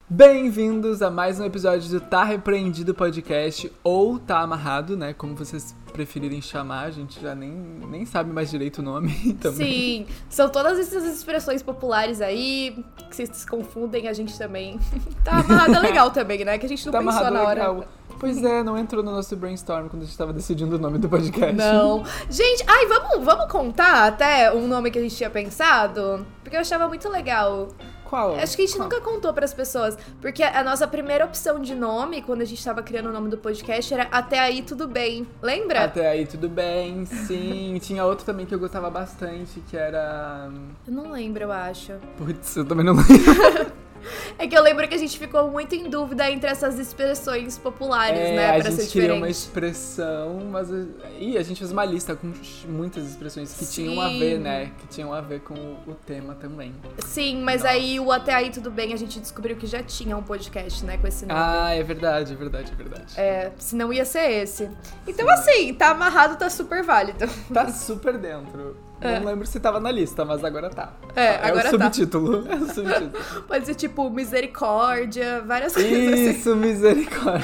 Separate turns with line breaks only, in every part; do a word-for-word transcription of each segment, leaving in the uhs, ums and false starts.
Bem-vindos a mais um episódio do Tá Repreendido Podcast, ou Tá Amarrado, né? Como vocês preferirem chamar, a gente já nem, nem sabe mais direito o nome também.
Sim, são todas essas expressões populares aí, que vocês se confundem, a gente também. Tá amarrado é legal também, né? Que a gente não
tá
pensou na hora.
Legal. Pois é, não entrou no nosso brainstorm quando a gente tava decidindo o nome do podcast.
Não. Gente, ai, vamos, vamos contar até um nome que a gente tinha pensado? Porque eu achava muito legal.
Qual?
Acho que a gente
Qual?
nunca contou pras pessoas. Porque a nossa primeira opção de nome, quando a gente tava criando o nome do podcast, era Até Aí Tudo Bem. Lembra?
Até Aí Tudo Bem, sim. Tinha outro também que eu gostava bastante, que era...
Eu não lembro, eu acho.
Putz, eu também não lembro.
É que eu lembro que a gente ficou muito em dúvida entre essas expressões populares,
é,
né? Pra
a
ser
gente queria
diferente.
uma expressão, mas... Ih, a gente fez uma lista com muitas expressões que
Sim.
tinham a ver, né? Que tinham a ver com o tema também.
Sim, mas
Nossa.
aí o Até Aí Tudo Bem a gente descobriu que já tinha um podcast, né? Com esse nome.
Ah, é verdade, é verdade, é verdade.
É, senão ia ser esse. Então,
Sim.
assim, tá amarrado, tá super válido.
Tá super dentro.
É.
Não lembro se tava na lista, mas agora tá.
É,
é
agora
o subtítulo. É o subtítulo.
Pode ser tipo misericórdia, várias coisas assim.
Isso, misericórdia.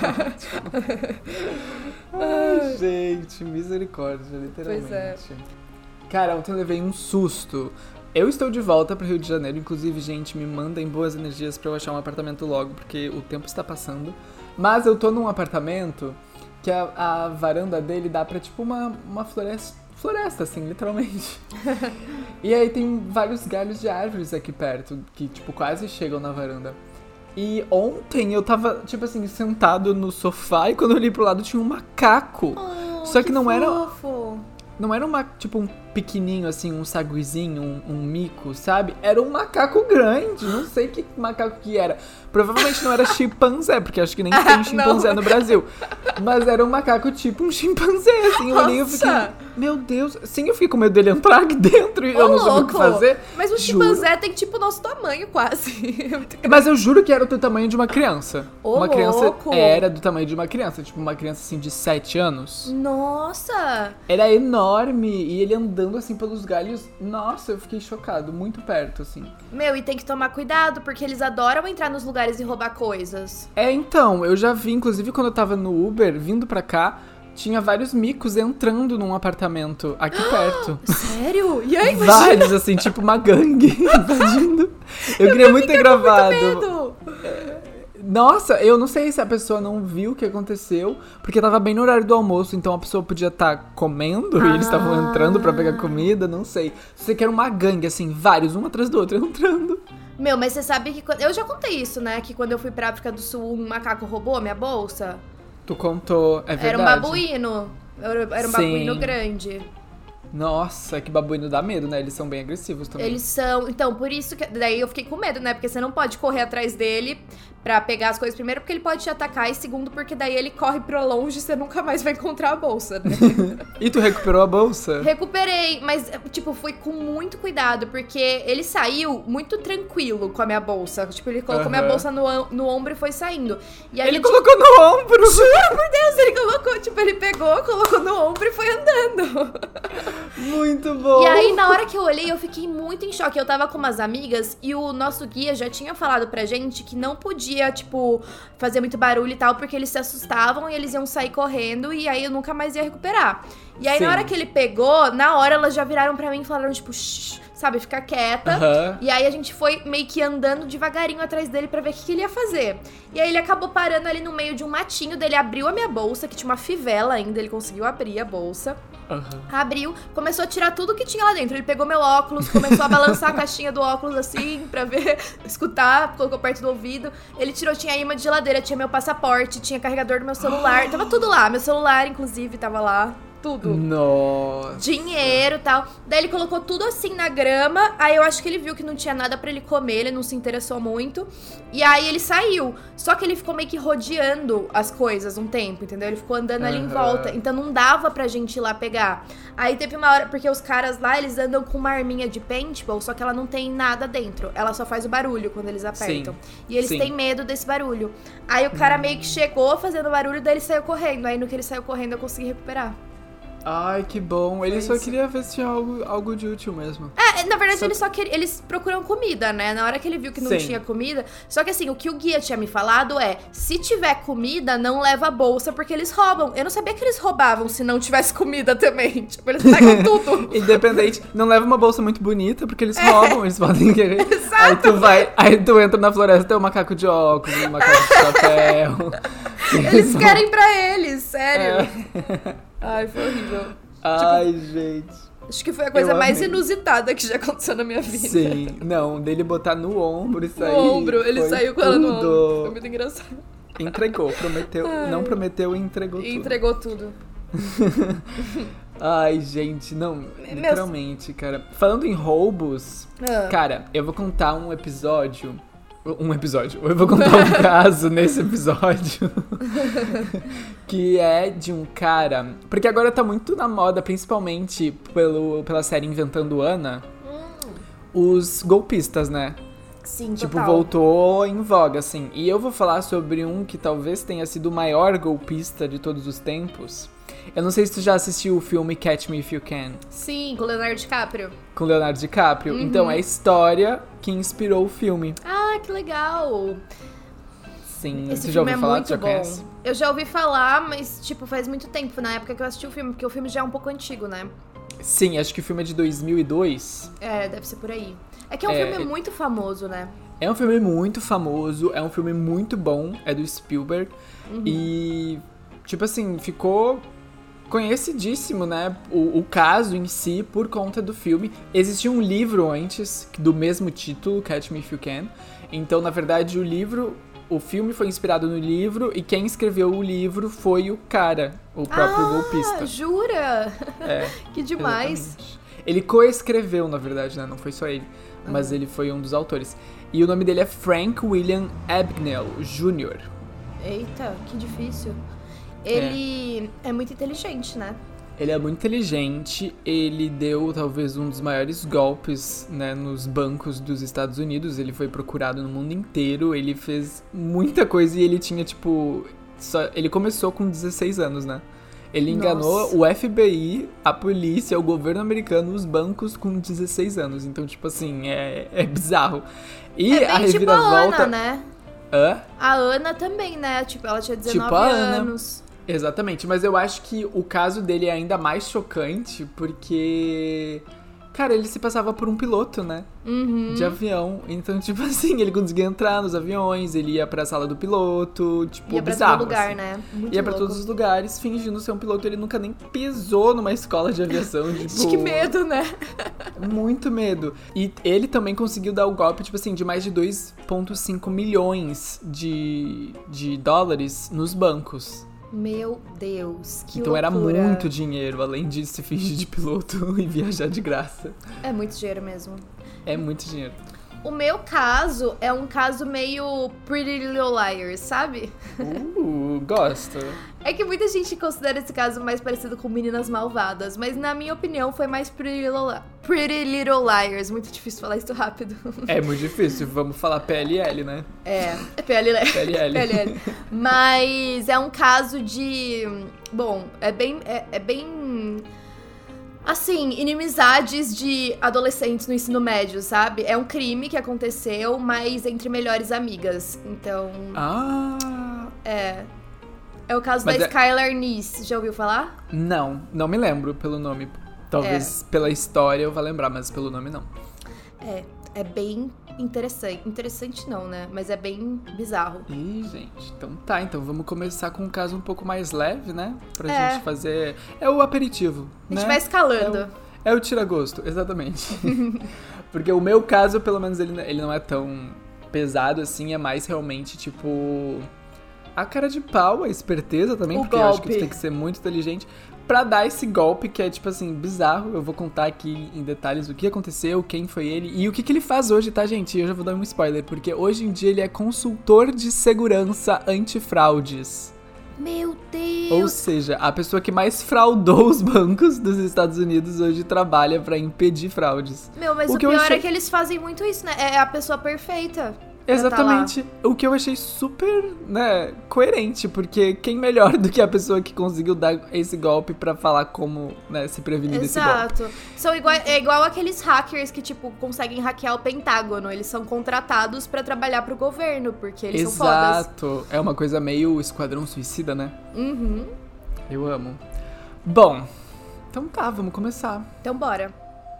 Ai, gente, misericórdia, literalmente.
Pois é.
Cara, ontem eu levei um susto. Eu estou de volta pro Rio de Janeiro, inclusive, gente, me mandem boas energias pra eu achar um apartamento logo, porque o tempo está passando. Mas eu tô num apartamento que a, a varanda dele dá pra, tipo, uma, uma floresta. Floresta, assim, literalmente. E aí tem vários galhos de árvores aqui perto, que, tipo, quase chegam na varanda. E ontem eu tava, tipo assim, sentado no sofá e quando eu olhei pro lado tinha um macaco.
Oh,
Só que,
que
não
fofo.
era... Não era uma, tipo, um pequenininho, assim, um saguizinho, um, um mico, sabe? Era um macaco grande, não sei que macaco que era. Provavelmente não era chimpanzé, porque acho que nem tem chimpanzé no Brasil. Mas era um macaco tipo um chimpanzé, assim. Eu olhei e eu fiquei, meu Deus. Sim, eu fiquei com medo dele entrar aqui dentro e
Ô,
eu não sabia o que
louco.
fazer.
Mas o
Juro.
chimpanzé tem tipo o nosso tamanho quase.
Mas eu juro que era do tamanho de uma criança.
Ô,
uma criança
louco.
era do tamanho de uma criança, tipo uma criança assim de sete anos.
Nossa!
Era enorme e ele andando assim pelos galhos. Nossa, eu fiquei chocado, muito perto, assim.
Meu, e tem que tomar cuidado, porque eles adoram entrar nos lugares e roubar coisas.
É, então, eu já vi, inclusive quando eu tava no Uber, vindo pra cá, tinha vários micos entrando num apartamento aqui perto.
Sério? E aí, imagina?
Vários, assim, tipo uma gangue invadindo. Eu queria muito ter gravado.
Medo.
Nossa, eu não sei se a pessoa não viu o que aconteceu, porque tava bem no horário do almoço, então a pessoa podia estar comendo
Ah.
e eles estavam entrando pra pegar comida, não sei. Sei que era uma gangue, assim, vários, um atrás do outro, entrando.
Meu, mas você sabe que... quando- Eu já contei isso, né? Que quando eu fui pra África do Sul, um macaco roubou a minha bolsa.
Tu contou, é verdade.
Era um babuíno. Era era um
Sim.
babuíno grande.
Nossa, que babuíno dá medo, né? Eles são bem agressivos também.
Eles são... Então, por isso que... Daí eu fiquei com medo, né? Porque você não pode correr atrás dele pra pegar as coisas. Primeiro, porque ele pode te atacar. E segundo, porque daí ele corre pra longe e você nunca mais vai encontrar a bolsa, né?
E tu recuperou a bolsa?
Recuperei, mas, tipo, fui com muito cuidado, porque ele saiu muito tranquilo com a minha bolsa. Tipo, ele colocou
Aham.
minha bolsa no, no ombro e foi saindo. E aí,
Ele
tipo,
colocou no ombro!
juro por Deus, ele colocou, tipo, ele pegou, colocou no ombro e foi andando.
Muito bom!
E aí, na hora que eu olhei, eu fiquei muito em choque. Eu tava com umas amigas e o nosso guia já tinha falado pra gente que não podia, tipo, fazer muito barulho e tal, porque eles se assustavam e eles iam sair correndo e aí eu nunca mais ia recuperar. E aí,
Sim.
na hora que ele pegou, na hora elas já viraram pra mim e falaram, tipo, shh, sabe, fica quieta.
Aham.
E aí a gente foi meio que andando devagarinho atrás dele pra ver o que, que ele ia fazer. E aí ele acabou parando ali no meio de um matinho, daí ele abriu a minha bolsa, que tinha uma fivela ainda, ele conseguiu abrir a bolsa.
Aham.
Abriu, começou a tirar tudo que tinha lá dentro. Ele pegou meu óculos, começou a balançar a caixinha do óculos assim, pra ver, escutar, colocou perto do ouvido. Ele tirou, tinha imã de geladeira, tinha meu passaporte, tinha carregador do meu celular. Tava tudo lá, meu celular, inclusive, tava lá. Tudo.
Nossa.
Dinheiro e tal. Daí ele colocou tudo assim na grama. Aí eu acho que ele viu que não tinha nada pra ele comer. Ele não se interessou muito. E aí ele saiu. Só que ele ficou meio que rodeando as coisas um tempo, entendeu? Ele ficou andando ali em
Aham.
volta. Então não dava pra gente ir lá pegar. Aí teve uma hora... Porque os caras lá, eles andam com uma arminha de paintball. Só que ela não tem nada dentro. Ela só faz o barulho quando eles apertam.
Sim.
E eles
Sim.
têm medo desse barulho. Aí o cara meio que chegou fazendo barulho. Daí ele saiu correndo. Aí no que ele saiu correndo eu consegui recuperar.
Ai, que bom. Ele
Foi
só
isso.
queria ver se tinha algo, algo de útil mesmo.
É, É, na verdade,
Só-
eles só queriam, eles procuram comida, né? Na hora que ele viu que não
Sim.
tinha comida. Só que assim, o que o guia tinha me falado é: se tiver comida, não leva a bolsa, porque eles roubam. Eu não sabia que eles roubavam se não tivesse comida também. Tipo, eles pegam tudo.
Independente, não leva uma bolsa muito bonita, porque eles roubam, eles podem querer.
Exato.
Aí tu vai, aí tu entra na floresta, tem um macaco de óculos, um macaco de chapéu.
Eles querem pra eles, sério.
É.
Ai, foi horrível.
Ai, gente.
Acho que foi a coisa
Eu
mais
amei.
inusitada que já aconteceu na minha vida.
Sim, não, dele botar no ombro e
No
sair.
ombro, ele
foi
saiu com ela no
tudo.
ombro. Foi muito engraçado.
Entregou, prometeu,
Ai.
não prometeu e entregou
E
tudo.
entregou tudo.
Ai, gente, não, literalmente, cara. Falando em roubos,
Ah.
cara, eu vou contar um episódio. Um episódio. Eu vou contar um caso nesse episódio. Que é de um cara. Porque agora tá muito na moda, principalmente pelo, pela série Inventando Anna, os golpistas, né?
Sim,
Tipo,
total.
voltou em voga, assim. E eu vou falar sobre um que talvez tenha sido o maior golpista de todos os tempos. Eu não sei se tu já assistiu o filme Catch Me If You Can,
Sim, com o Leonardo DiCaprio.
com Leonardo DiCaprio.
Uhum.
Então, é a história que inspirou o filme.
Ah, que legal.
Sim,
Esse
tu já
filme
ouviu
é
falar?
muito
Tu já
bom.
conhece?
Eu já ouvi falar, mas, tipo, faz muito tempo, na época que eu assisti o filme, porque o filme já é um pouco antigo, né?
Sim, acho que o filme é de dois mil e dois.
É, deve ser por aí. É que é um
É,
filme
é-
muito famoso, né?
É um filme muito famoso, é um filme muito bom, é do Spielberg.
Uhum.
E, tipo assim, ficou conhecidíssimo, né? O, o caso em si, por conta do filme. Existia um livro antes, do mesmo título, Catch Me If You Can. Então, na verdade, o livro, o filme foi inspirado no livro, e quem escreveu o livro foi o cara, o próprio
ah,
golpista.
Jura?
É,
Que demais.
exatamente. Ele coescreveu, na verdade, né? Não foi só ele, mas ele foi um dos autores. E o nome dele é Frank William Abagnale Júnior
Eita, que difícil. Ele é, muito inteligente, né?
Ele é muito inteligente, ele deu talvez um dos maiores golpes, né, nos bancos dos Estados Unidos. Ele foi procurado no mundo inteiro, ele fez muita coisa e ele tinha, tipo... Só, ele começou com dezesseis anos, né? Ele enganou
Nossa.
o F B I, a polícia, o governo americano, os bancos com dezesseis anos. Então, tipo assim, é, é bizarro. E
é bem
a
tipo a
reviravolta...
Ana, né?
Hã?
A Ana também, né? Tipo, ela tinha dezenove
Tipo a Ana.
anos.
Exatamente, mas eu acho que o caso dele é ainda mais chocante porque, cara, ele se passava por um piloto, né?
Uhum.
De avião. Então, tipo assim, ele conseguia entrar nos aviões, ele ia pra sala do piloto, tipo,
Ia pra
bizarro.
todo lugar,
assim.
né? Muito
Ia pra
louco.
todos os lugares, fingindo ser um piloto. Ele nunca nem pisou numa escola de aviação, tipo...
Que medo, né?
Muito medo. E ele também conseguiu dar o golpe, tipo assim, de mais de dois vírgula cinco milhões de, de dólares nos bancos.
Meu Deus, que
Então era
loucura.
muito dinheiro, além de se fingir de piloto e viajar de graça.
É muito dinheiro mesmo.
É muito dinheiro.
O meu caso é um caso meio Pretty Little Liars, sabe?
Uh, gosto.
É que muita gente considera esse caso mais parecido com Meninas Malvadas, mas na minha opinião foi mais Pretty Little, Li- Pretty Little Liars. Muito difícil falar isso rápido.
É muito difícil, vamos falar P L L, né?
É, é P L L.
P L L.
P L L. Mas é um caso de... Bom, é bem... É, é bem... Assim, inimizades de adolescentes no ensino médio, sabe? É um crime que aconteceu, mas entre melhores amigas. Então,
Ah,
é... É o caso
Mas
da
é-
Skylar Nice. Já ouviu falar?
não, não me lembro pelo nome. Talvez
É.
pela história eu vá lembrar, mas pelo nome não.
É, é bem interessante. Interessante não, né? Mas é bem bizarro.
Ih, gente, então tá, então vamos começar com um caso um pouco mais leve, né? Pra
É.
gente fazer... É o aperitivo,
A gente
né?
vai escalando.
É o, é o tira-gosto, exatamente. Porque o meu caso, pelo menos, ele, ele não é tão pesado assim, é mais realmente, tipo... A cara de pau, a esperteza também,
O
porque eu acho que
golpe.
tu tem que ser muito inteligente pra dar esse golpe que é, tipo assim, bizarro. Eu vou contar aqui em detalhes o que aconteceu, quem foi ele e o que, que ele faz hoje, tá, gente? Eu já vou dar um spoiler, porque hoje em dia ele é consultor de segurança antifraudes.
Meu
Ou
Deus!
seja, a pessoa que mais fraudou os bancos dos Estados Unidos hoje trabalha pra impedir fraudes.
Meu, mas
o
o,
que eu
pior
achei-
é que eles fazem muito isso, né? É a pessoa perfeita.
Exatamente. O que eu achei super, né, coerente, porque quem melhor do que a pessoa que conseguiu dar esse golpe pra falar como, né, se prevenir desse golpe.
Exato. São igual, é igual aqueles hackers que, tipo, conseguem hackear o Pentágono. Eles são contratados pra trabalhar pro governo, porque eles
Exato.
são fodas.
Exato. É uma coisa meio Esquadrão Suicida, né?
Uhum.
Eu amo. Bom, então tá, vamos começar.
Então bora.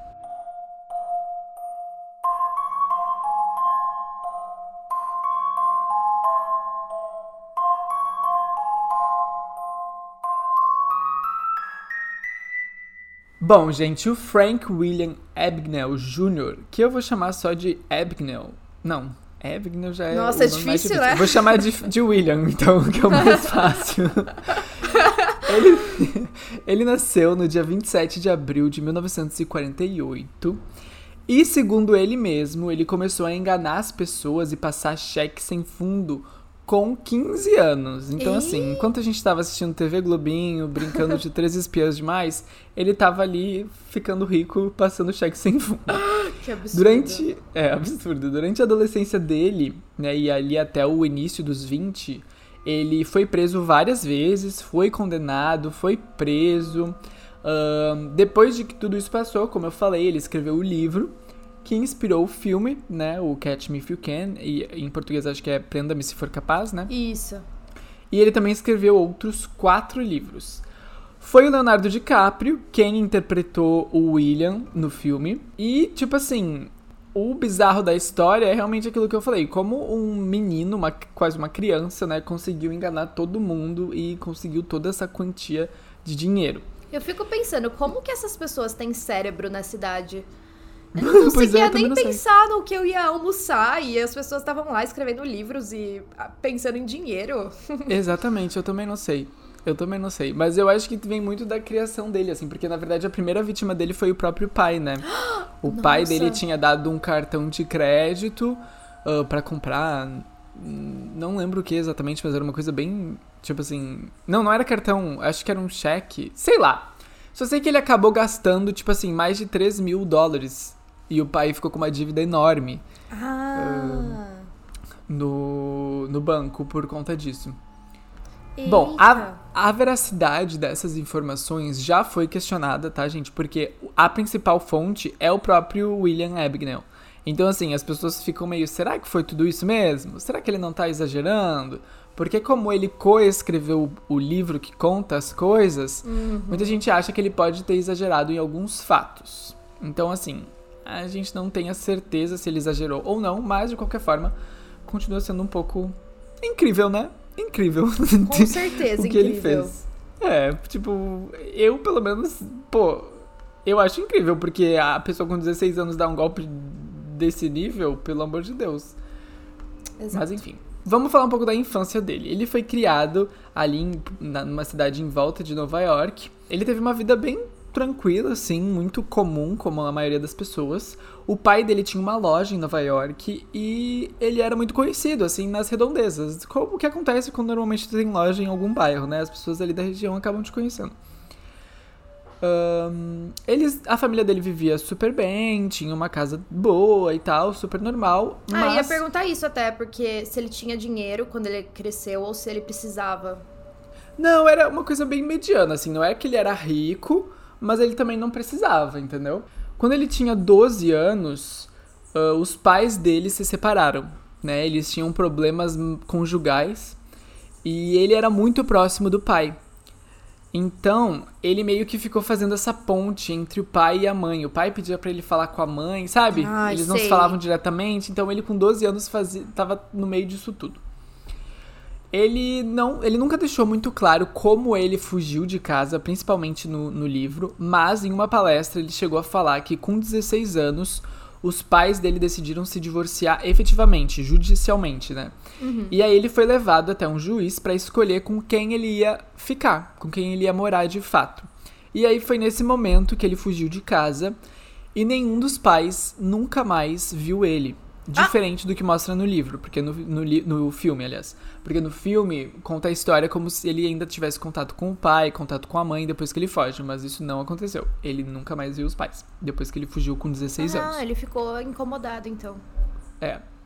Bom, gente, o Frank William Abagnale Júnior, que eu vou chamar só de Abagnale. Não, Abagnale já é
Nossa, é
o nome mais
difícil, né?
Vou chamar de, de William, então, que é o mais fácil. ele, ele nasceu no dia vinte e sete de abril de mil novecentos e quarenta e oito. E, segundo ele mesmo, ele começou a enganar as pessoas e passar cheque sem fundo com quinze anos. Então,
Ih.
assim, enquanto a gente tava assistindo T V Globinho, brincando de Três Espiãs Demais, ele tava ali ficando rico, passando cheque sem fundo.
Que absurdo.
Durante... É, absurdo. Durante a adolescência dele, né, e ali até o início dos vinte, ele foi preso várias vezes, foi condenado, foi preso. Uh, depois de que tudo isso passou, como eu falei, ele escreveu o livro que inspirou o filme, né, o Catch Me If You Can, e em português acho que é Prenda-me Se For Capaz, né?
Isso.
E ele também escreveu outros quatro livros. Foi o Leonardo DiCaprio quem interpretou o William no filme. E, tipo assim, o bizarro da história é realmente aquilo que eu falei. Como um menino, uma, quase uma criança, né, conseguiu enganar todo mundo e conseguiu toda essa quantia de dinheiro.
Eu fico pensando, como que essas pessoas têm cérebro na cidade? Eu não conseguia
é, eu
nem
não
pensar no que eu ia almoçar e as pessoas estavam lá escrevendo livros e pensando em dinheiro.
Exatamente, eu também não sei. Eu também não sei. Mas eu acho que vem muito da criação dele, assim, porque na verdade a primeira vítima dele foi o próprio pai, né? O
Nossa.
pai dele tinha dado um cartão de crédito uh, pra comprar. Não lembro o que exatamente, mas era uma coisa bem. Tipo assim. Não, não era cartão, acho que era um cheque. Sei lá. Só sei que ele acabou gastando, tipo assim, mais de três mil dólares. E o pai ficou com uma dívida enorme
Ah.
uh, no, no banco por conta disso.
Eita.
Bom, a, a veracidade dessas informações já foi questionada, tá, gente? Porque a principal fonte é o próprio William Abagnale. Então, assim, as pessoas ficam meio, será que foi tudo isso mesmo? Será que ele não tá exagerando? Porque como ele coescreveu o livro que conta as coisas,
Uhum.
muita gente acha que ele pode ter exagerado em alguns fatos. Então, assim, a gente não tem a certeza se ele exagerou ou não, mas, de qualquer forma, continua sendo um pouco incrível, né? Incrível.
Com certeza,
o que
incrível.
ele fez. É, tipo, eu pelo menos, pô, eu acho incrível, porque a pessoa com dezesseis anos dá um golpe desse nível, pelo amor de Deus.
Exato.
Mas enfim, vamos falar um pouco da infância dele. Ele foi criado ali em, na, numa cidade em volta de Nova York. Ele teve uma vida bem tranquila, assim, muito comum, como a maioria das pessoas. O pai dele tinha uma loja em Nova York e ele era muito conhecido, assim, nas redondezas. Como o que acontece quando normalmente tem loja em algum bairro, né? As pessoas ali da região acabam te conhecendo. Um, eles, a família dele vivia super bem, tinha uma casa boa e tal, super normal.
Ah,
mas...
ia perguntar isso até, porque se ele tinha dinheiro quando ele cresceu ou se ele precisava.
Não, era uma coisa bem mediana, assim, não é que ele era rico, mas ele também não precisava, entendeu? Quando ele tinha doze anos, uh, os pais dele se separaram, né? Eles tinham problemas conjugais e ele era muito próximo do pai. Então, ele meio que ficou fazendo essa ponte entre o pai e a mãe. O pai pedia pra ele falar com a mãe, sabe?
Ai,
Eles não
sei.
se falavam diretamente, então ele com doze anos fazia, tava no meio disso tudo. Ele, não, ele nunca deixou muito claro como ele fugiu de casa, principalmente no, no livro, mas em uma palestra ele chegou a falar que com dezesseis anos os pais dele decidiram se divorciar efetivamente, judicialmente, né?
Uhum.
E aí ele foi levado até um juiz pra escolher com quem ele ia ficar, com quem ele ia morar de fato. E aí foi nesse momento que ele fugiu de casa e nenhum dos pais nunca mais viu ele. Diferente ah. do que mostra no livro, porque no, no, no filme, aliás. Porque no filme conta a história como se ele ainda tivesse contato com o pai, contato com a mãe depois que ele foge, mas isso não aconteceu. Ele nunca mais viu os pais, depois que ele fugiu com dezesseis
ah,
anos.
Ah, ele ficou incomodado, então.
É.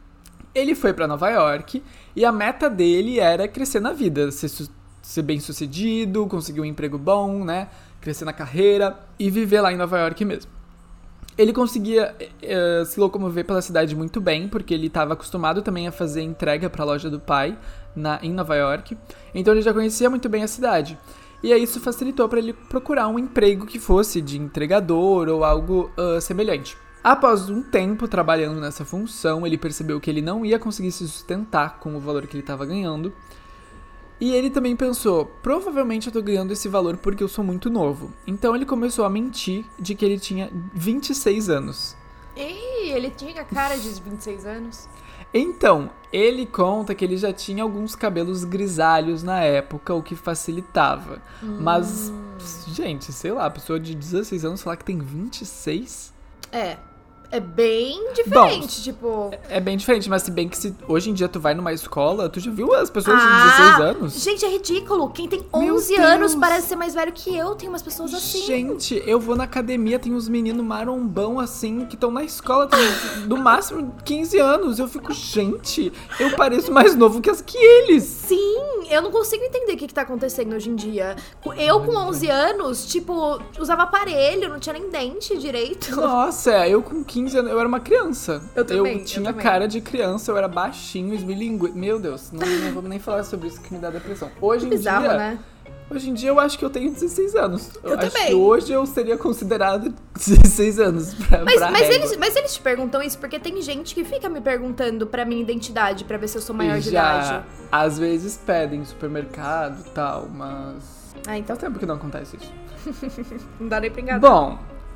ele foi pra Nova York e a meta dele era crescer na vida, ser, ser bem-sucedido, conseguir um emprego bom, né? Crescer na carreira e viver lá em Nova York mesmo. Ele conseguia uh, se locomover pela cidade muito bem, porque ele estava acostumado também a fazer entrega para a loja do pai na, em Nova York. Então ele já conhecia muito bem a cidade. E aí isso facilitou para ele procurar um emprego que fosse de entregador ou algo uh, semelhante. Após um tempo trabalhando nessa função, ele percebeu que ele não ia conseguir se sustentar com o valor que ele estava ganhando. E ele também pensou, provavelmente eu tô ganhando esse valor porque eu sou muito novo. Então ele começou a mentir de que ele tinha vinte e seis anos.
Ih, ele tinha cara de vinte e seis anos.
Então, ele conta que ele já tinha alguns cabelos grisalhos na época, o que facilitava. Hum. Mas, gente, sei lá, a pessoa de dezesseis anos falar que tem vinte e seis?
É. É bem diferente, Bom, tipo...
É bem diferente, mas se bem que se hoje em dia tu vai numa escola, tu já viu as pessoas ah, de dezesseis anos?
Gente, é ridículo. Quem tem onze anos parece ser mais velho que eu. Tem umas pessoas assim.
Gente, eu vou na academia, tem uns meninos marombão assim, que estão na escola, tem no máximo quinze anos. Eu fico, gente, eu pareço mais novo que, as, que eles.
Sim, eu não consigo entender o que, que tá acontecendo hoje em dia. Eu com onze anos, tipo, usava aparelho, não tinha nem dente direito.
Nossa, eu com quinze anos, eu era uma criança.
Eu também.
Eu tinha
eu também.
cara de criança, eu era baixinho, esmilingue. Meu Deus, não, não vamos nem falar sobre isso que me dá depressão. Hoje em
Bizarro,
dia,
né?
Hoje em dia eu acho que eu tenho dezesseis anos.
Eu,
eu acho
também.
que hoje eu seria considerado dezesseis anos pra,
mas,
pra
mas,
régua.
eles, mas eles te perguntam isso porque tem gente que fica me perguntando pra minha identidade, pra ver se eu sou maior
e
de
já,
idade.
Às vezes pedem no supermercado e tal, mas...
Ah, então...
Faz tempo que não acontece isso.
Não dá nem pra enganar.
Bom...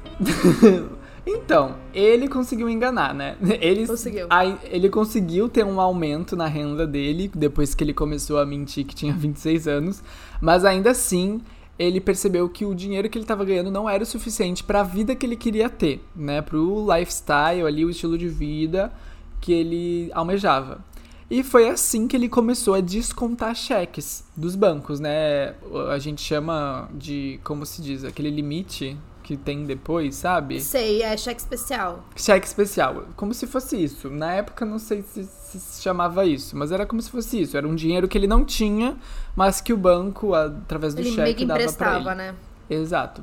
Então, ele conseguiu enganar, né? Ele,
conseguiu.
Aí, ele conseguiu ter um aumento na renda dele, depois que ele começou a mentir que tinha vinte e seis anos, mas ainda assim, ele percebeu que o dinheiro que ele estava ganhando não era o suficiente para a vida que ele queria ter, né? Pro lifestyle ali, o estilo de vida que ele almejava. E foi assim que ele começou a descontar cheques dos bancos, né? A gente chama de, como se diz, aquele limite... que tem depois, sabe?
Sei, é cheque especial.
Cheque especial, como se fosse isso. Na época, não sei se, se se chamava isso, mas era como se fosse isso. Era um dinheiro que ele não tinha, mas que o banco, através do
ele
cheque,
meio que
dava
emprestava,
pra ele.
né?
Exato.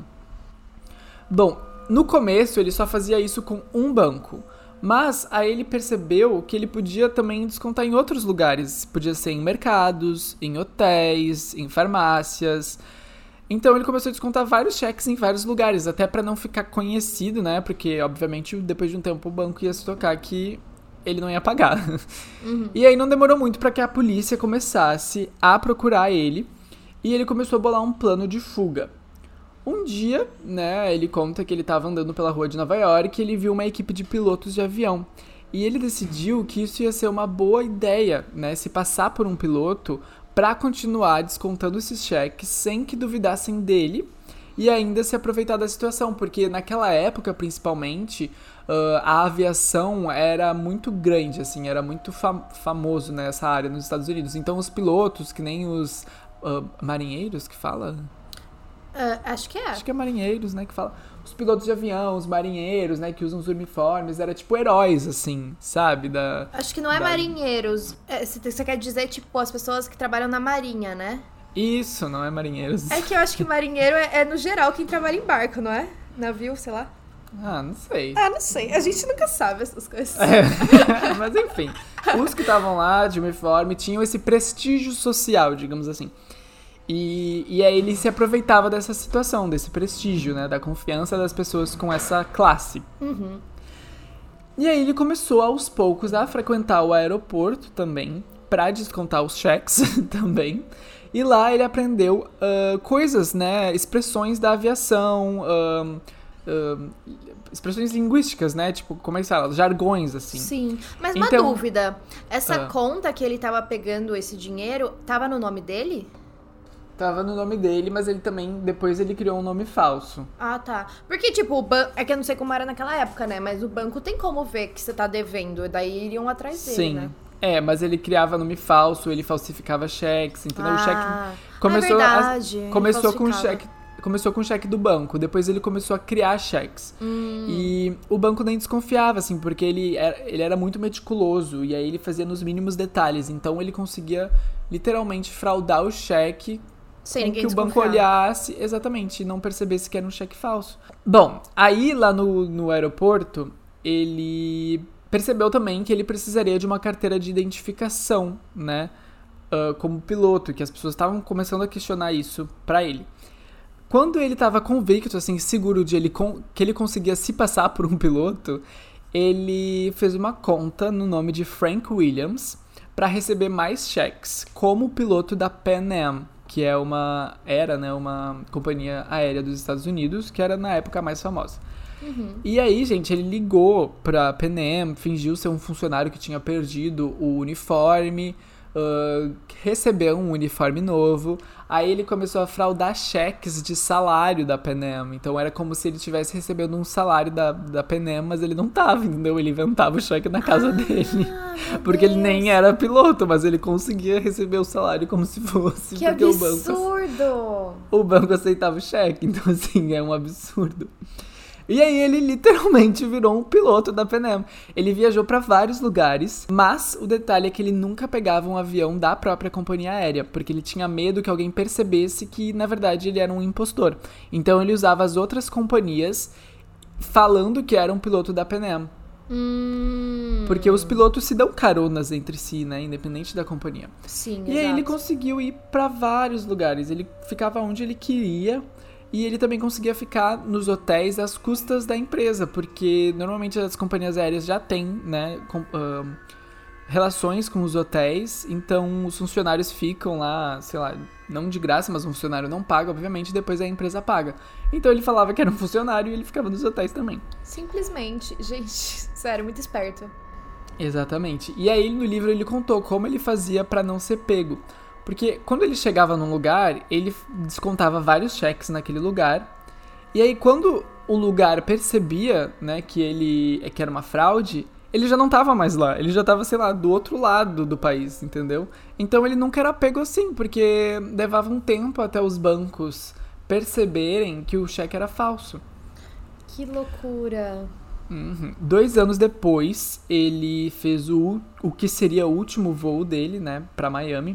Bom, no começo, ele só fazia isso com um banco. Mas aí ele percebeu que ele podia também descontar em outros lugares. Podia ser em mercados, em hotéis, em farmácias... Então ele começou a descontar vários cheques em vários lugares, até pra não ficar conhecido, né? Porque, obviamente, depois de um tempo o banco ia se tocar que ele não ia pagar. Uhum. E aí não demorou muito pra que a polícia começasse a procurar ele, e ele começou a bolar um plano de fuga. Um dia, né, ele conta que ele tava andando pela rua de Nova York e ele viu uma equipe de pilotos de avião. E ele decidiu que isso ia ser uma boa ideia, né? Se passar por um piloto... para continuar descontando esses cheques sem que duvidassem dele e ainda se aproveitar da situação, porque naquela época, principalmente, uh, a aviação era muito grande, assim, era muito fam- famoso nessa área nos Estados Unidos. Então os pilotos, que nem os uh, marinheiros que fala...
Uh, acho que é.
Acho que é marinheiros, né, que fala. Os pilotos de avião, os marinheiros, né, que usam os uniformes, era tipo heróis, assim, sabe? Da,
Acho que não é
da...
marinheiros. É, você quer dizer, tipo, as pessoas que trabalham na marinha, né?
Isso, não é marinheiros.
É que eu acho que marinheiro é, é no geral quem trabalha em barco, não é? Navio, sei lá.
Ah, não sei.
Ah, não sei. A gente nunca sabe essas coisas.
É, mas enfim, os que estavam lá de uniforme tinham esse prestígio social, digamos assim. E, e aí ele se aproveitava dessa situação, desse prestígio, né? Da confiança das pessoas com essa classe.
Uhum.
E aí ele começou aos poucos a frequentar o aeroporto também, pra descontar os cheques também. E lá ele aprendeu uh, coisas, né? Expressões da aviação, uh, uh, expressões linguísticas, né? Tipo, como é que se fala? Jargões, assim.
Sim, mas
então,
uma dúvida. Essa
uh,
conta que ele tava pegando esse dinheiro, tava no nome dele?
Tava no nome dele, mas ele também, depois ele criou um nome falso.
Ah, tá. Porque, tipo, o banco... É que eu não sei como era naquela época, né? Mas o banco tem como ver que você tá devendo. E daí iriam atrás dele,
Sim.
né?
É, mas ele criava nome falso, ele falsificaava cheques, entendeu?
Ah,
o cheque começou
é verdade.
a, começou com cheque começou com o cheque do banco, depois ele começou a criar cheques.
Hum.
E o banco nem desconfiava, assim, porque ele era, ele era muito meticuloso, e aí ele fazia nos mínimos detalhes, então ele conseguia literalmente fraudar o cheque
Sem
com
ninguém
que o banco
desconfiar.
olhasse, exatamente, e não percebesse que era um cheque falso. Bom, aí lá no, no aeroporto, ele percebeu também que ele precisaria de uma carteira de identificação, né, uh, como piloto, que as pessoas estavam começando a questionar isso pra ele. Quando ele estava convicto, assim, seguro de ele con- que ele conseguia se passar por um piloto, ele fez uma conta no nome de Frank Williams para receber mais cheques como piloto da Pan Am, que é uma era, né, uma companhia aérea dos Estados Unidos, que era na época a mais famosa.
Uhum.
E aí, gente, ele ligou pra Pan Am, fingiu ser um funcionário que tinha perdido o uniforme, uh, recebeu um uniforme novo. Aí ele começou a fraudar cheques de salário da Pan Am. Então era como se ele estivesse recebendo um salário da, da Pan Am, mas ele não tava, entendeu? Ele inventava o cheque na casa
Ah,
dele.
meu
Porque ele
Deus.
nem era piloto, mas ele conseguia receber o salário como se fosse.
Que
porque o banco,
absurdo!
o banco aceitava o cheque. Então, assim, é um absurdo. E aí ele literalmente virou um piloto da Pan Am. Ele viajou para vários lugares, mas o detalhe é que ele nunca pegava um avião da própria companhia aérea, porque ele tinha medo que alguém percebesse que, na verdade, ele era um impostor. Então ele usava as outras companhias falando que era um piloto da Pan Am.
Hum.
Porque os pilotos se dão caronas entre si, né, independente da companhia.
Sim,
E
exato.
aí ele conseguiu ir para vários lugares, ele ficava onde ele queria. E ele também conseguia ficar nos hotéis às custas da empresa, porque normalmente as companhias aéreas já têm, né, com, uh, relações com os hotéis, então os funcionários ficam lá, sei lá, não de graça, mas o funcionário não paga, obviamente, depois a empresa paga. Então ele falava que era um funcionário e ele ficava nos hotéis também.
Simplesmente, gente, sério, muito esperto.
Exatamente. E aí no livro ele contou como ele fazia pra não ser pego. Porque quando ele chegava num lugar, ele descontava vários cheques naquele lugar. E aí quando o lugar percebia, né, que ele que era uma fraude, ele já não tava mais lá. Ele já tava, sei lá, do outro lado do país, entendeu? Então ele nunca era pego assim, porque levava um tempo até os bancos perceberem que o cheque era falso.
Que loucura.
Uhum. Dois anos depois, ele fez o, o que seria o último voo dele, né, pra Miami.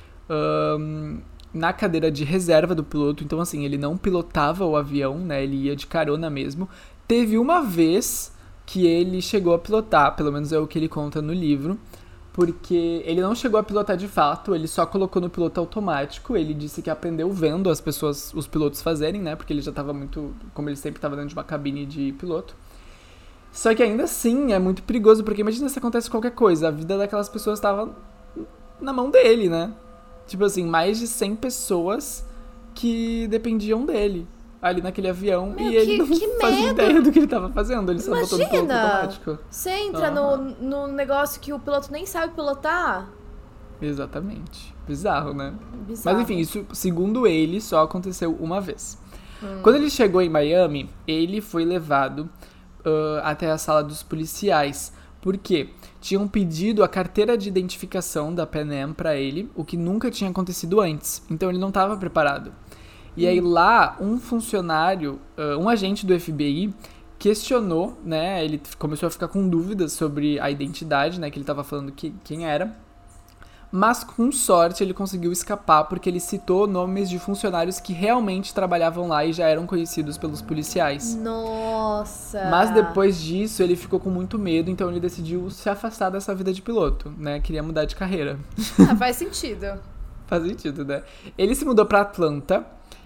Um, na cadeira de reserva do piloto, então assim, ele não pilotava o avião, né, ele ia de carona mesmo. Teve uma vez que ele chegou a pilotar, pelo menos é o que ele conta no livro, porque ele não chegou a pilotar de fato, ele só colocou no piloto automático. Ele disse que aprendeu vendo as pessoas, os pilotos fazerem, né, porque ele já tava muito, como ele sempre tava dentro de uma cabine de piloto. Só que ainda assim é muito perigoso, porque imagina se acontece qualquer coisa, a vida daquelas pessoas tava na mão dele, né? Tipo assim, mais de cem pessoas que dependiam dele ali naquele avião.
Meu,
e ele
que-
não
que
fazia
medo!
ideia do que ele tava fazendo. Ele só botou no piloto
Imagina!
automático.
Você entra
Aham.
no, no negócio que o piloto nem sabe pilotar?
Exatamente. Bizarro, né?
Bizarro.
Mas enfim, isso, segundo ele, só aconteceu uma vez.
Hum.
Quando ele chegou em Miami, ele foi levado uh, até a sala dos policiais. Por quê? Tinham pedido a carteira de identificação da Pan Am pra ele, o que nunca tinha acontecido antes. Então ele não estava preparado. E aí lá, um funcionário, uh, um agente do F B I, questionou, né? Ele começou a ficar com dúvidas sobre a identidade, né? Que ele estava falando que, quem era. Mas com sorte ele conseguiu escapar, porque ele citou nomes de funcionários que realmente trabalhavam lá e já eram conhecidos pelos policiais.
Nossa!
Mas depois disso ele ficou com muito medo, então ele decidiu se afastar dessa vida de piloto, né? Queria mudar de carreira.
Ah, faz sentido.
Faz sentido, né? Ele se mudou pra Atlanta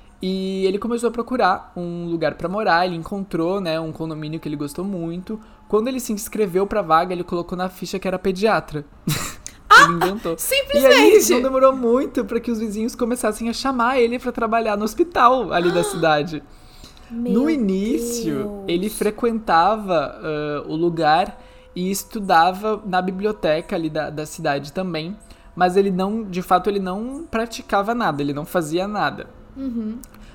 e ele começou a procurar um lugar pra morar. Ele encontrou, né, um condomínio que ele gostou muito. Quando ele se inscreveu pra vaga, ele colocou na ficha que era pediatra. Ele inventou.
Simplesmente!
E aí, não demorou muito pra que os vizinhos começassem a chamar ele pra trabalhar no hospital ali da cidade.
Meu
No início,
Deus.
ele frequentava uh, o lugar e estudava na biblioteca ali da, da cidade também, mas ele não, de fato, ele não praticava nada, ele não fazia nada.
Uhum.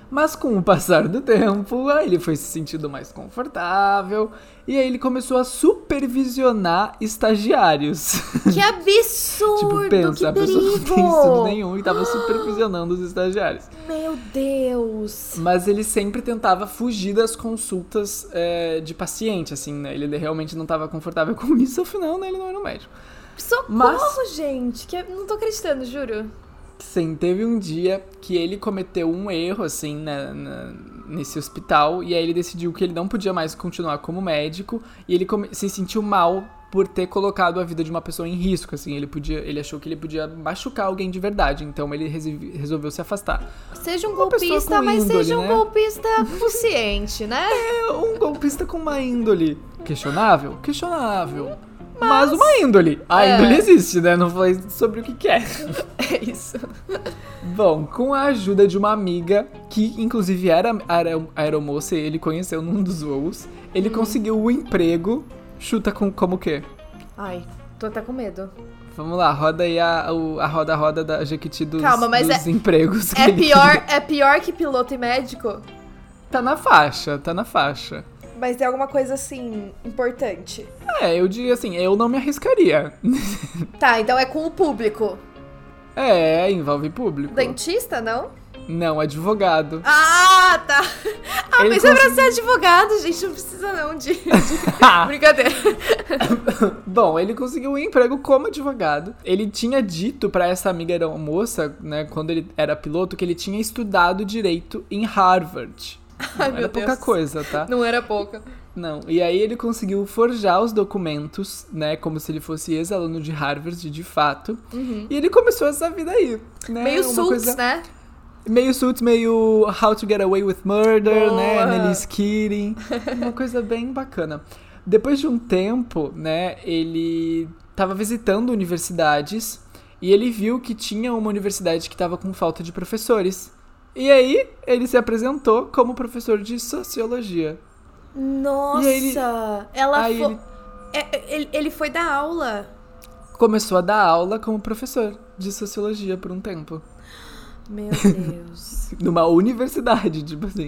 Mas com o passar do tempo, aí ele foi se sentindo mais confortável e aí ele começou a supervisionar estagiários.
Que absurdo!
Tipo, pensa,
que
a pessoa não
perigo.
tem estudo nenhum e tava supervisionando os estagiários.
Meu Deus!
Mas ele sempre tentava fugir das consultas é, de paciente, assim, né? Ele realmente não tava confortável com isso, afinal, né, ele não era um médico.
Socorro,
Mas...
gente! Que... Não tô acreditando, juro.
Sim, teve um dia que ele cometeu um erro, assim, na, na, nesse hospital, e aí ele decidiu que ele não podia mais continuar como médico, e ele come- se sentiu mal por ter colocado a vida de uma pessoa em risco, assim, ele podia, ele achou que ele podia machucar alguém de verdade, então ele resi- resolveu se afastar.
Seja um
Uma pessoa
golpista,
com
mas
índole,
seja um
né?
golpista consciente, né?
É um golpista com uma índole questionável? Questionável. Mas, Mas uma índole. A
é.
índole existe, né? Não foi sobre o que quer.
É isso.
Bom, com a ajuda de uma amiga, que inclusive era aer- aeromoça e ele conheceu num dos voos, ele hum. conseguiu o emprego. Chuta com, como o quê?
Ai, tô até com medo.
Vamos lá, roda aí a, a roda-roda da Jequiti dos,
Calma, mas
dos
é,
empregos.
É pior, é pior que piloto e médico?
Tá na faixa, tá na faixa.
Mas tem alguma coisa, assim, importante.
É, eu diria assim, eu não me arriscaria.
Tá, então é com o público.
É, envolve público.
Dentista, não?
Não, advogado.
Ah, tá. Ah,
Ele
mas consegui... é pra ser advogado, gente. Não precisa não de... de... Brincadeira.
Bom, ele conseguiu um emprego como advogado. Ele tinha dito pra essa amiga aeromoça, né, quando ele era piloto, que ele tinha estudado direito em Harvard.
Ai,
não era
meu
pouca
Deus.
coisa, tá?
Não era pouca.
Não, e aí ele conseguiu forjar os documentos, né, como se ele fosse ex-aluno de Harvard, de fato. Uhum. E ele começou essa vida aí, né?
Meio
Uma
Suits,
coisa...
né?
Meio Suits, meio How to Get Away with Murder,
Boa.
né? Annalise Keating. Uma coisa bem bacana. Depois de um tempo, né, ele tava visitando universidades e ele viu que tinha uma universidade que tava com falta de professores. E aí, ele se apresentou como professor de sociologia.
Nossa!
Ele,
ela
aí
foi...
ele,
é, ele, ele foi dar aula.
Começou a dar aula como professor de sociologia por um tempo.
Meu Deus.
Numa universidade, tipo assim.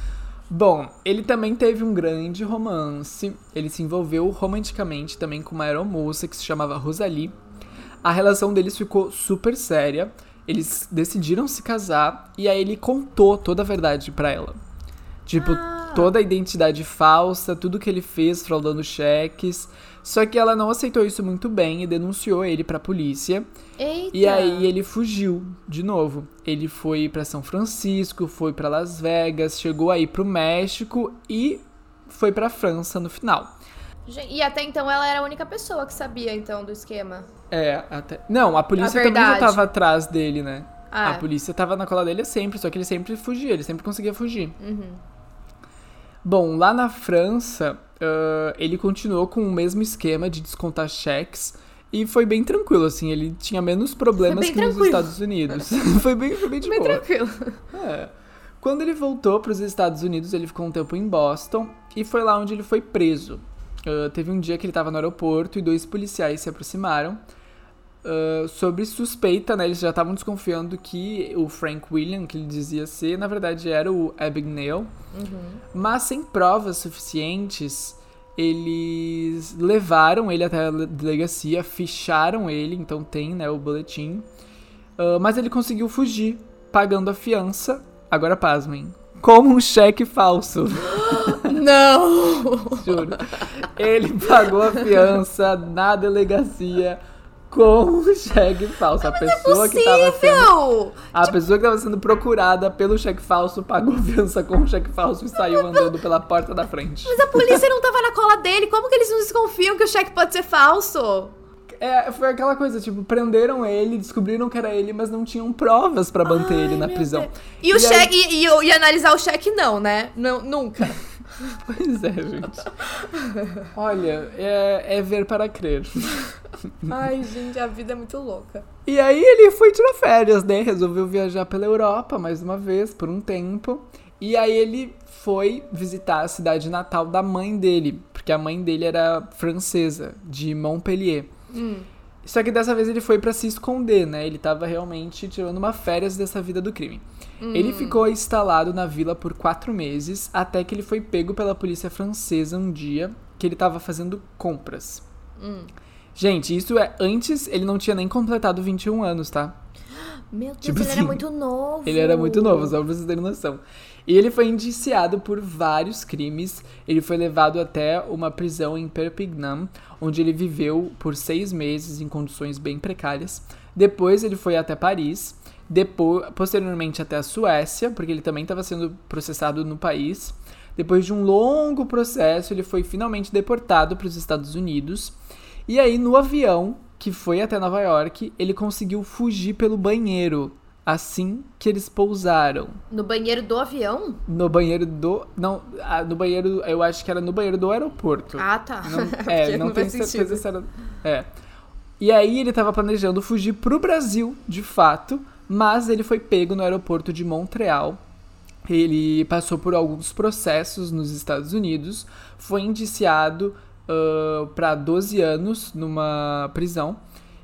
Bom, ele também teve um grande romance. Ele se envolveu romanticamente também com uma aeromoça que se chamava Rosalie. A relação deles ficou super séria. Eles decidiram se casar e aí ele contou toda a verdade pra ela. Tipo, ah. toda a identidade falsa, tudo que ele fez fraudando cheques. Só que ela não aceitou isso muito bem e denunciou ele pra polícia.
Eita.
E aí ele fugiu de novo. Ele foi pra São Francisco, foi pra Las Vegas, chegou aí pro México e foi pra França no final.
E até então ela era a única pessoa que sabia, então, do esquema.
É, até... Não, a polícia a também já tava atrás dele, né? Ah. A polícia tava na cola dele sempre, só que ele sempre fugia, ele sempre conseguia fugir.
Uhum.
Bom, lá na França, uh, ele continuou com o mesmo esquema de descontar cheques e foi bem tranquilo, assim, ele tinha menos problemas que tranquilo. Nos Estados Unidos. foi, bem, foi bem de
bem
boa.
tranquilo.
É. Quando ele voltou para os Estados Unidos, ele ficou um tempo em Boston e foi lá onde ele foi preso. Uh, teve um dia que ele estava no aeroporto e dois policiais se aproximaram uh, sobre suspeita, né? Eles já estavam desconfiando que o Frank William, que ele dizia ser, na verdade era o Abagnale. Uhum. Mas sem provas suficientes, eles levaram ele até a delegacia, ficharam ele, então tem, né, o boletim. Uh, mas ele conseguiu fugir, pagando a fiança, agora pasmem, como um cheque falso.
Não!
Juro. Ele pagou a fiança na delegacia com um cheque falso. A
Mas
pessoa
é
que tava sendo, a
tipo...
pessoa que estava sendo procurada pelo cheque falso pagou a fiança com o cheque falso e saiu andando pela porta da frente.
Mas a polícia não tava na cola dele. Como que eles não desconfiam que o cheque pode ser falso?
É, foi aquela coisa, tipo, prenderam ele, descobriram que era ele, mas não tinham provas pra manter Ai, ele na prisão.
Deus. E, e o cheque, aí... e, e, e analisar o cheque não, né? Não, nunca.
Pois é, gente. Olha, é, é ver para crer.
Ai, gente, a vida é muito louca.
E aí ele foi tirar férias, né? Resolveu viajar pela Europa mais uma vez, por um tempo. E aí ele foi visitar a cidade natal da mãe dele, porque a mãe dele era francesa, de Montpellier. Hum. Só que dessa vez ele foi pra se esconder, né? Ele tava realmente tirando uma férias dessa vida do crime. Hum. Ele ficou instalado na vila por quatro meses, até que ele foi pego pela polícia francesa um dia que ele tava fazendo compras.
Hum.
Gente, isso é antes, ele não tinha nem completado vinte e um anos, tá?
Meu Deus,
tipo
ele
assim,
era muito novo.
Ele era muito novo, só pra vocês terem noção. E ele foi indiciado por vários crimes. Ele foi levado até uma prisão em Perpignan, onde ele viveu por seis meses em condições bem precárias. Depois ele foi até Paris, depois, posteriormente até a Suécia, porque ele também estava sendo processado no país. Depois de um longo processo, ele foi finalmente deportado para os Estados Unidos. E aí, no avião, que foi até Nova York, ele conseguiu fugir pelo banheiro, assim que eles pousaram.
No banheiro do avião?
No banheiro do... Não, no banheiro... Eu acho que era no banheiro do aeroporto.
Ah, tá.
Não, é, não, não tenho certeza se era... É. E aí, ele tava planejando fugir pro Brasil, de fato, mas ele foi pego no aeroporto de Montreal. Ele passou por alguns processos nos Estados Unidos, foi indiciado uh, para doze anos numa prisão.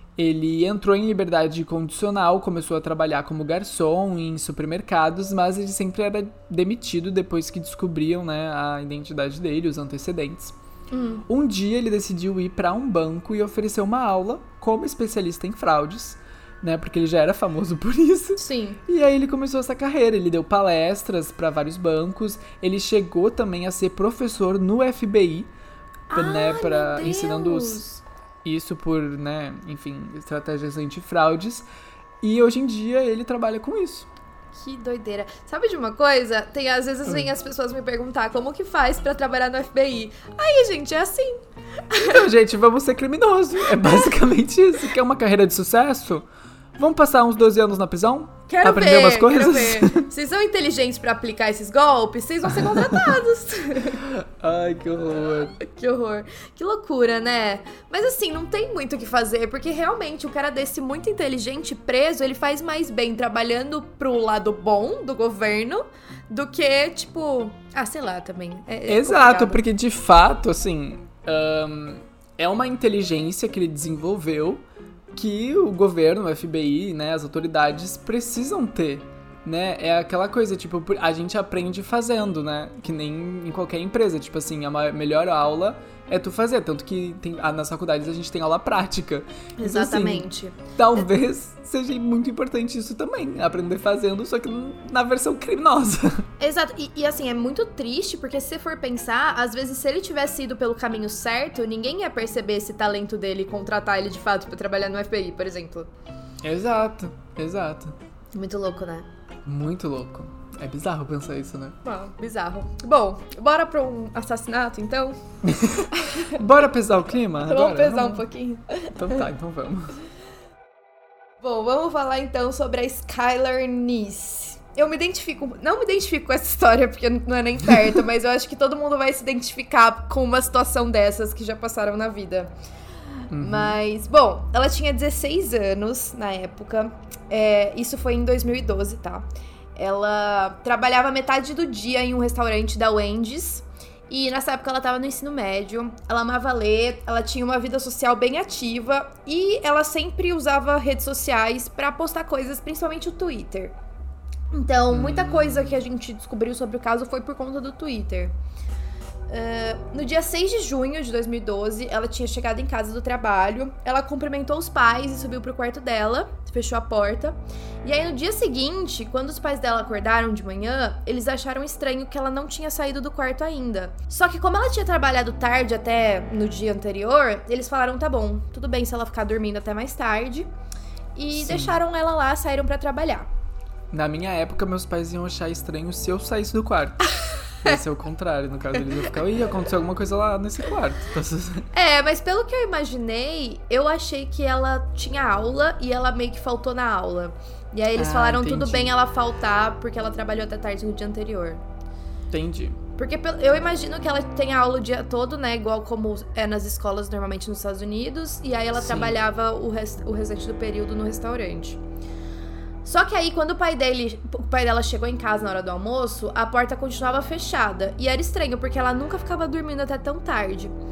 Ele entrou em liberdade condicional, começou a trabalhar como garçom em supermercados, mas ele sempre era demitido depois que descobriam, né, a identidade dele, os antecedentes.
Hum.
Um dia ele decidiu ir para um banco e oferecer uma aula como especialista em fraudes, né, porque ele já era famoso por isso.
Sim.
E aí ele começou essa carreira, ele deu palestras para vários bancos, ele chegou também a ser professor no F B I,
ah,
né, para
meu
ensinando os, isso por, né, enfim, estratégias antifraudes. E hoje em dia ele trabalha com isso.
Que doideira. Sabe de uma coisa? Tem, às vezes vem as pessoas me perguntar como que faz pra trabalhar no F B I. Aí, gente, é assim.
Então, gente, vamos ser criminoso. É basicamente isso. Quer uma carreira de sucesso? Vamos passar uns doze anos na prisão?
Quero
aprender
ver,
umas coisas?
Quero ver. Vocês são inteligentes pra aplicar esses golpes? Vocês vão ser contratados.
Ai, que horror.
Que horror. Que loucura, né? Mas assim, não tem muito o que fazer, porque realmente o cara desse muito inteligente preso, ele faz mais bem trabalhando pro lado bom do governo do que, tipo... Ah, sei lá, também. É, é
Exato,
complicado.
porque de fato, assim, um, é uma inteligência que ele desenvolveu que o governo, o F B I, né, as autoridades precisam ter, né? É aquela coisa, tipo, a gente aprende fazendo, né? Que nem em qualquer empresa, tipo assim, a melhor aula é tu fazer, tanto que tem, nas faculdades a gente tem aula prática.
Exatamente.
Então, assim, talvez seja muito importante isso também, aprender fazendo, só que na versão criminosa.
Exato, e, e assim, é muito triste, porque se você for pensar, às vezes se ele tivesse ido pelo caminho certo, ninguém ia perceber esse talento dele e contratar ele de fato pra trabalhar no F B I, por exemplo.
Exato, exato.
Muito louco, né?
Muito louco. É bizarro pensar isso, né?
Bom, bizarro. Bom, bora pra um assassinato, então?
Bora pesar o clima agora?
Vamos pesar
vamos.
um pouquinho.
Então tá, então vamos.
Bom, vamos falar então sobre a Skylar Neese. Eu me identifico, não me identifico com essa história, porque não é nem perto, mas eu acho que todo mundo vai se identificar com uma situação dessas que já passaram na vida. Uhum. Mas, bom, ela tinha dezesseis anos na época, é, isso foi em dois mil e doze, tá? Ela trabalhava metade do dia em um restaurante da Wendy's. E nessa época ela tava no ensino médio. Ela amava ler, ela tinha uma vida social bem ativa. E ela sempre usava redes sociais pra postar coisas, principalmente o Twitter. Então, muita coisa que a gente descobriu sobre o caso foi por conta do Twitter. Uh, no dia seis de junho de dois mil e doze, ela tinha chegado em casa do trabalho, ela cumprimentou os pais e subiu pro quarto dela, fechou a porta. E aí no dia seguinte, quando os pais dela acordaram de manhã, eles acharam estranho que ela não tinha saído do quarto ainda. Só que como ela tinha trabalhado tarde até no dia anterior, eles falaram, tá bom, tudo bem se ela ficar dormindo até mais tarde. E Sim. deixaram ela lá, saíram pra trabalhar.
Na minha época, meus pais iam achar estranho se eu saísse do quarto. Ia ser o contrário, no caso eles iam ficar, ih, aconteceu alguma coisa lá nesse quarto.
É, mas pelo que eu imaginei, eu achei que ela tinha aula e ela meio que faltou na aula. E aí eles ah, falaram, entendi. Tudo bem ela faltar porque ela trabalhou até tarde no dia anterior.
Entendi.
Porque eu imagino que ela tenha aula o dia todo, né, igual como é nas escolas normalmente nos Estados Unidos. E aí ela Sim. trabalhava o, rest, o restante do período no restaurante. Só que aí, quando o pai, dele, o pai dela chegou em casa na hora do almoço, a porta continuava fechada. E era estranho, porque ela nunca ficava dormindo até tão tarde.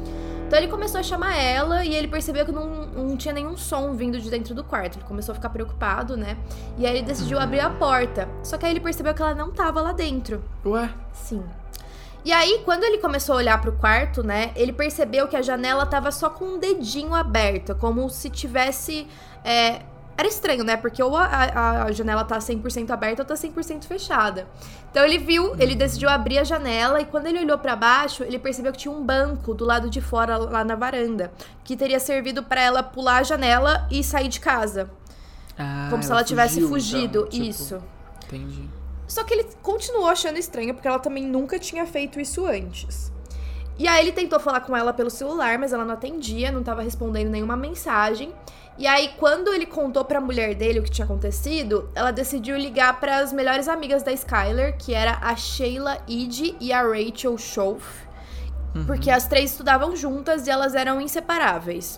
Então ele começou a chamar ela e ele percebeu que não, não tinha nenhum som vindo de dentro do quarto. Ele começou a ficar preocupado, né? E aí ele decidiu abrir a porta. Só que aí ele percebeu que ela não tava lá dentro.
Ué?
Sim. E aí, quando ele começou a olhar pro quarto, né, ele percebeu que a janela tava só com um dedinho aberto, como se tivesse... É... Era estranho, né, porque ou a, a, a janela tá cem por cento aberta ou tá cem por cento fechada. Então ele viu, ele decidiu abrir a janela e quando ele olhou pra baixo, ele percebeu que tinha um banco do lado de fora, lá na varanda, que teria servido pra ela pular a janela e sair de casa.
Ah,
como se ela tivesse
fugiu,
fugido,
então, tipo,
isso.
Entendi.
Só que ele continuou achando estranho, porque ela também nunca tinha feito isso antes. E aí ele tentou falar com ela pelo celular, mas ela não atendia, não tava respondendo nenhuma mensagem. E aí, quando ele contou pra mulher dele o que tinha acontecido, ela decidiu ligar pras melhores amigas da Skyler, que era a Sheila Eade e a Rachel Schoaf. Uhum. Porque as três estudavam juntas e elas eram inseparáveis.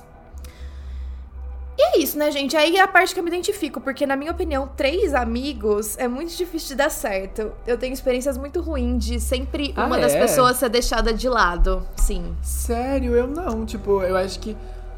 E é isso, né, gente? Aí é a parte que eu me identifico, porque, na minha opinião, três amigos é muito difícil de dar certo. Eu tenho experiências muito ruins de sempre
Ah,
uma das
é?
pessoas ser deixada de lado. Sim.
Sério, eu não. Tipo, eu acho que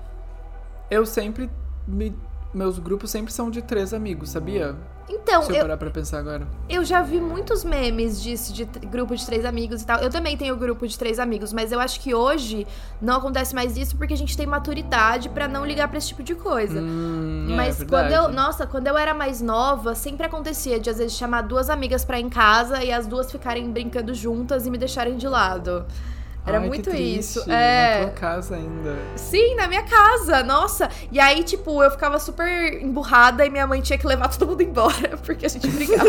eu sempre... Me... Meus grupos sempre são de três amigos, sabia?
Então,
Se eu
eu,
parar pra pensar agora.
eu já vi muitos memes disso, de t- grupo de três amigos e tal. Eu também tenho grupo de três amigos, mas eu acho que hoje não acontece mais isso porque a gente tem maturidade pra não ligar pra esse tipo de coisa.
Hum,
Mas
é,
quando eu,
verdade.
nossa, quando eu era mais nova, sempre acontecia de às vezes chamar duas amigas pra ir em casa e as duas ficarem brincando juntas e me deixarem de lado. Era
Ai,
muito
que triste,
isso. É.
Na tua casa ainda.
Sim, na minha casa, nossa. E aí, tipo, eu ficava super emburrada e minha mãe tinha que levar todo mundo embora, porque a gente brigava.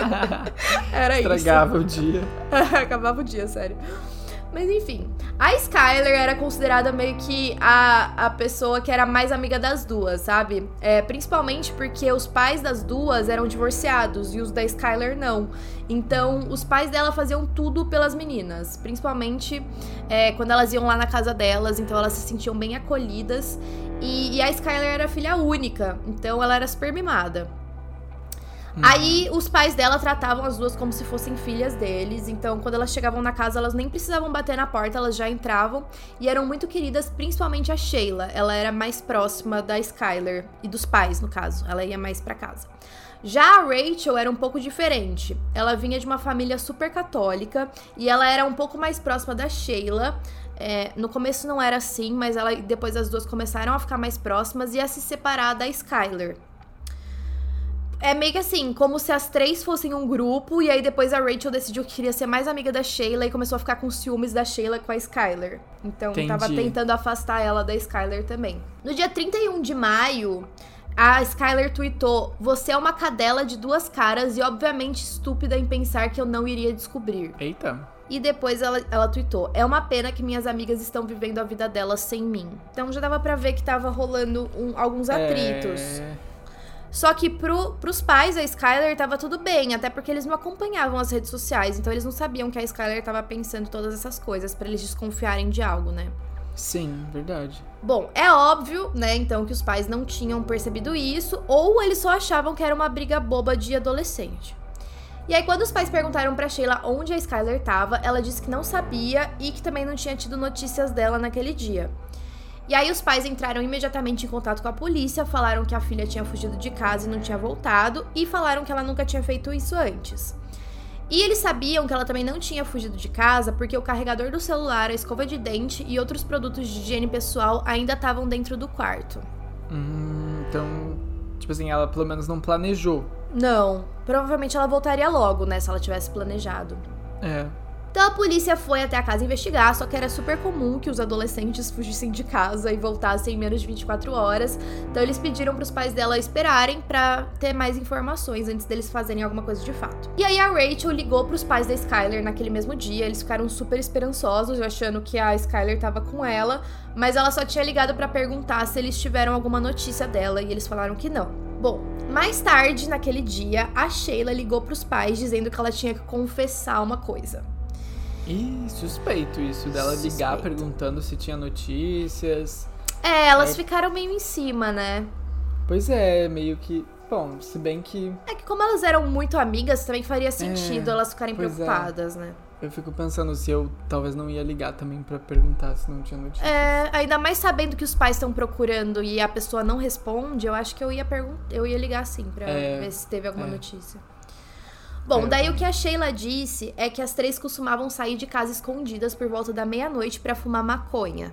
Era isso.
Estragava o dia.
Acabava o dia, sério. Mas enfim, a Skyler era considerada meio que a, a pessoa que era mais amiga das duas, sabe? É, principalmente porque os pais das duas eram divorciados e os da Skyler não. Então, os pais dela faziam tudo pelas meninas, principalmente é, quando elas iam lá na casa delas, então elas se sentiam bem acolhidas. E, e a Skyler era filha única, então ela era super mimada. Aí, os pais dela tratavam as duas como se fossem filhas deles. Então, quando elas chegavam na casa, elas nem precisavam bater na porta, elas já entravam. E eram muito queridas, principalmente a Sheila. Ela era mais próxima da Skyler e dos pais, no caso. Ela ia mais pra casa. Já a Rachel era um pouco diferente. Ela vinha de uma família super católica. E ela era um pouco mais próxima da Sheila. É, no começo não era assim, mas ela, depois as duas começaram a ficar mais próximas e a se separar da Skyler. É meio que assim, como se as três fossem um grupo, e aí depois a Rachel decidiu que queria ser mais amiga da Sheila e começou a ficar com ciúmes da Sheila com a Skyler. Então,
Entendi.
tava tentando afastar ela da Skyler também. No dia trinta e um de maio, a Skyler tweetou: "Você é uma cadela de duas caras e obviamente estúpida em pensar que eu não iria descobrir."
Eita.
E depois ela, ela tweetou: "É uma pena que minhas amigas estão vivendo a vida delas sem mim." Então já dava pra ver que tava rolando um, alguns atritos.
É...
Só que pro, pros pais da Skyler tava tudo bem, até porque eles não acompanhavam as redes sociais, então eles não sabiam que a Skyler tava pensando todas essas coisas, pra eles desconfiarem de algo, né?
Sim, verdade.
Bom, é óbvio, né, então, que os pais não tinham percebido isso, ou eles só achavam que era uma briga boba de adolescente. E aí, quando os pais perguntaram pra Sheila onde a Skyler tava, ela disse que não sabia e que também não tinha tido notícias dela naquele dia. E aí os pais entraram imediatamente em contato com a polícia, falaram que a filha tinha fugido de casa e não tinha voltado, e falaram que ela nunca tinha feito isso antes. E eles sabiam que ela também não tinha fugido de casa porque o carregador do celular, a escova de dente e outros produtos de higiene pessoal ainda estavam dentro do quarto.
Hum, então, tipo assim, ela pelo menos não planejou.
Não, provavelmente ela voltaria logo, né, se ela tivesse planejado.
É.
Então a polícia foi até a casa investigar, só que era super comum que os adolescentes fugissem de casa e voltassem em menos de vinte e quatro horas. Então eles pediram pros pais dela esperarem pra ter mais informações antes deles fazerem alguma coisa de fato. E aí a Rachel ligou pros pais da Skyler naquele mesmo dia, eles ficaram super esperançosos, achando que a Skyler tava com ela, mas ela só tinha ligado pra perguntar se eles tiveram alguma notícia dela e eles falaram que não. Bom, mais tarde naquele dia, a Sheila ligou pros pais dizendo que ela tinha que confessar uma coisa.
Ih, suspeito isso, dela
Suspeito.
ligar perguntando se tinha notícias.
É, elas
É.
ficaram meio em cima, né?
Pois é, meio que... Bom, se bem que...
É que como elas eram muito amigas, também faria sentido
É,
elas ficarem
pois é.
preocupadas, né?
Eu fico pensando se eu talvez não ia ligar também pra perguntar se não tinha notícia.
É, ainda mais sabendo que os pais estão procurando e a pessoa não responde, eu acho que eu ia perguntar, eu ia ligar sim pra é, ver se teve alguma é. notícia. Bom, é, daí o que a Sheila disse é que as três costumavam sair de casa escondidas por volta da meia-noite pra fumar maconha.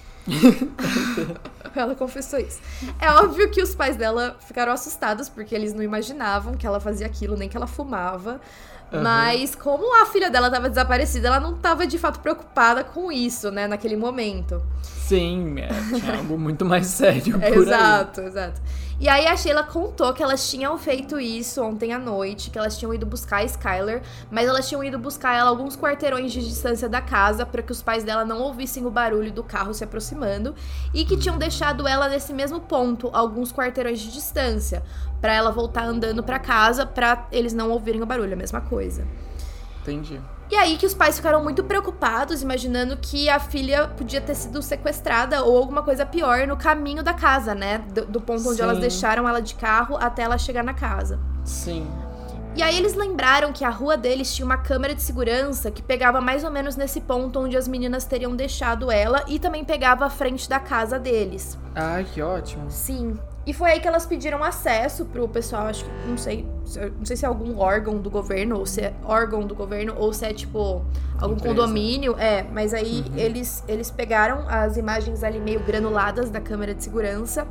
Ela confessou isso. É óbvio que os pais dela ficaram assustados porque eles não imaginavam que ela fazia aquilo, nem que ela fumava. Uhum. Mas como a filha dela estava desaparecida, ela não estava de fato preocupada com isso, né, naquele momento.
Sim, é, tinha algo muito mais sério por
é,
aí.
Exato, exato. E aí a Sheila contou que elas tinham feito isso ontem à noite, que elas tinham ido buscar a Skyler, mas elas tinham ido buscar ela alguns quarteirões de distância da casa para que os pais dela não ouvissem o barulho do carro se aproximando e que tinham deixado ela nesse mesmo ponto, alguns quarteirões de distância, para ela voltar andando para casa para eles não ouvirem o barulho, a mesma coisa.
Entendi.
E aí que os pais ficaram muito preocupados, imaginando que a filha podia ter sido sequestrada ou alguma coisa pior no caminho da casa, né? Do, do ponto onde Sim. elas deixaram ela de carro até ela chegar na casa.
Sim.
E aí eles lembraram que a rua deles tinha uma câmera de segurança que pegava mais ou menos nesse ponto onde as meninas teriam deixado ela e também pegava a frente da casa deles.
Ai, que ótimo.
Sim. E foi aí que elas pediram acesso pro pessoal, acho que, não sei, não sei se é algum órgão do governo, ou se é órgão do governo, ou se é, tipo, algum Empresa. condomínio. É, mas aí uhum. eles, eles pegaram as imagens ali meio granuladas da câmera de segurança.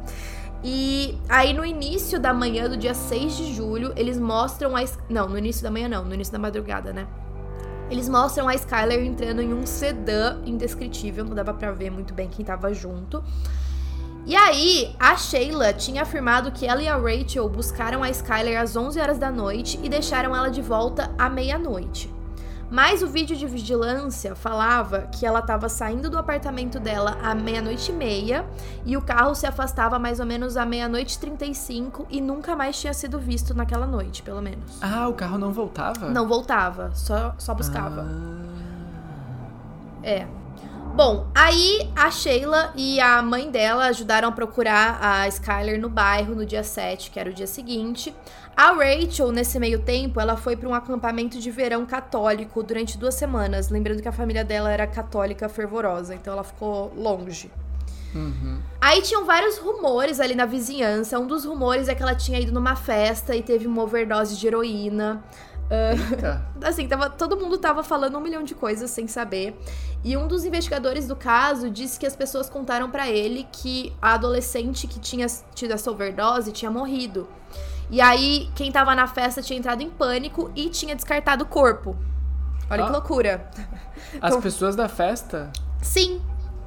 E aí no início da manhã do dia seis de julho, eles mostram a... Não, no início da manhã não, no início da madrugada, né? Eles mostram a Skyler entrando em um sedã indescritível, não dava pra ver muito bem quem tava junto. E aí, a Sheila tinha afirmado que ela e a Rachel buscaram a Skyler às onze horas da noite e deixaram ela de volta à meia-noite. Mas o vídeo de vigilância falava que ela estava saindo do apartamento dela à meia-noite e meia e o carro se afastava mais ou menos à meia-noite e trinta e cinco e nunca mais tinha sido visto naquela noite, pelo menos.
Ah, o carro não voltava?
Não voltava, só, só buscava.
Ah.
É. Bom, aí a Sheila e a mãe dela ajudaram a procurar a Skyler no bairro no dia sete, que era o dia seguinte. A Rachel, nesse meio tempo, ela foi para um acampamento de verão católico durante duas semanas. Lembrando que a família dela era católica fervorosa, então ela ficou longe.
Uhum.
Aí tinham vários rumores ali na vizinhança. Um dos rumores é que ela tinha ido numa festa e teve uma overdose de heroína. Uh, assim, tava, todo mundo tava falando um milhão de coisas sem saber. E um dos investigadores do caso disse que as pessoas contaram pra ele que a adolescente que tinha tido essa overdose tinha morrido. E aí, quem tava na festa tinha entrado em pânico e tinha descartado o corpo. Olha ah. que loucura.
As então, pessoas da festa?
Sim.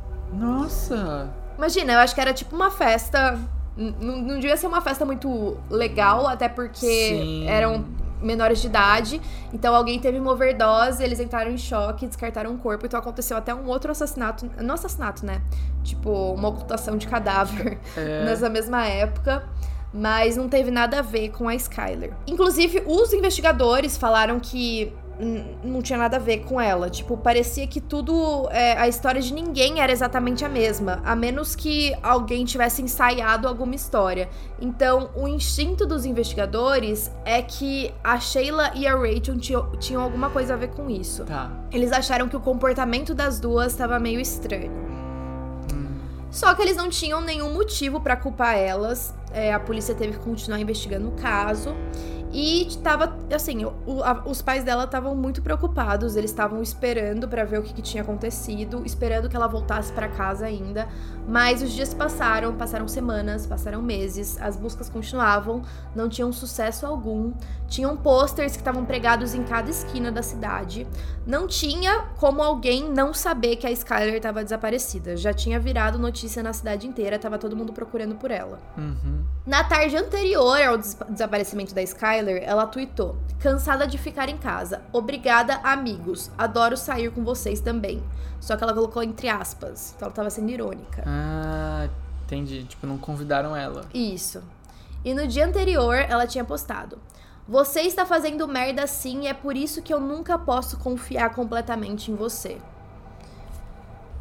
Nossa.
Imagina, eu acho que era tipo uma festa... Não, não devia ser uma festa muito legal, até porque Sim. eram... menores de idade, então alguém teve uma overdose, eles entraram em choque, descartaram o corpo, então aconteceu até um outro assassinato, não assassinato, né, tipo, uma ocultação de cadáver é. nessa mesma época, mas não teve nada a ver com a Skyler. Inclusive, os investigadores falaram que não tinha nada a ver com ela, tipo, parecia que tudo, é, a história de ninguém era exatamente a mesma, a menos que alguém tivesse ensaiado alguma história. Então, o instinto dos investigadores é que a Sheila e a Rachel tinham, tinham alguma coisa a ver com isso.
Tá.
Eles acharam que o comportamento das duas estava meio estranho. Hum. Só que eles não tinham nenhum motivo pra culpar elas, é, a polícia teve que continuar investigando o caso. E tava, assim, o, a, os pais dela estavam muito preocupados, eles estavam esperando pra ver o que, que tinha acontecido, esperando que ela voltasse pra casa ainda, mas os dias passaram, passaram semanas, passaram meses, as buscas continuavam, não tinham sucesso algum, tinham posters que estavam pregados em cada esquina da cidade, não tinha como alguém não saber que a Skyler estava desaparecida, já tinha virado notícia na cidade inteira, tava todo mundo procurando por ela.
Uhum. Na
tarde anterior ao des- desaparecimento da Skyler, ela tweetou: cansada de ficar em casa. Obrigada, amigos. Adoro sair com vocês também. Só que ela colocou entre aspas. Então ela tava sendo irônica.
Ah, entendi. Tipo, não convidaram ela.
Isso. E no dia anterior, ela tinha postado: você está fazendo merda sim e é por isso que eu nunca posso confiar completamente em você.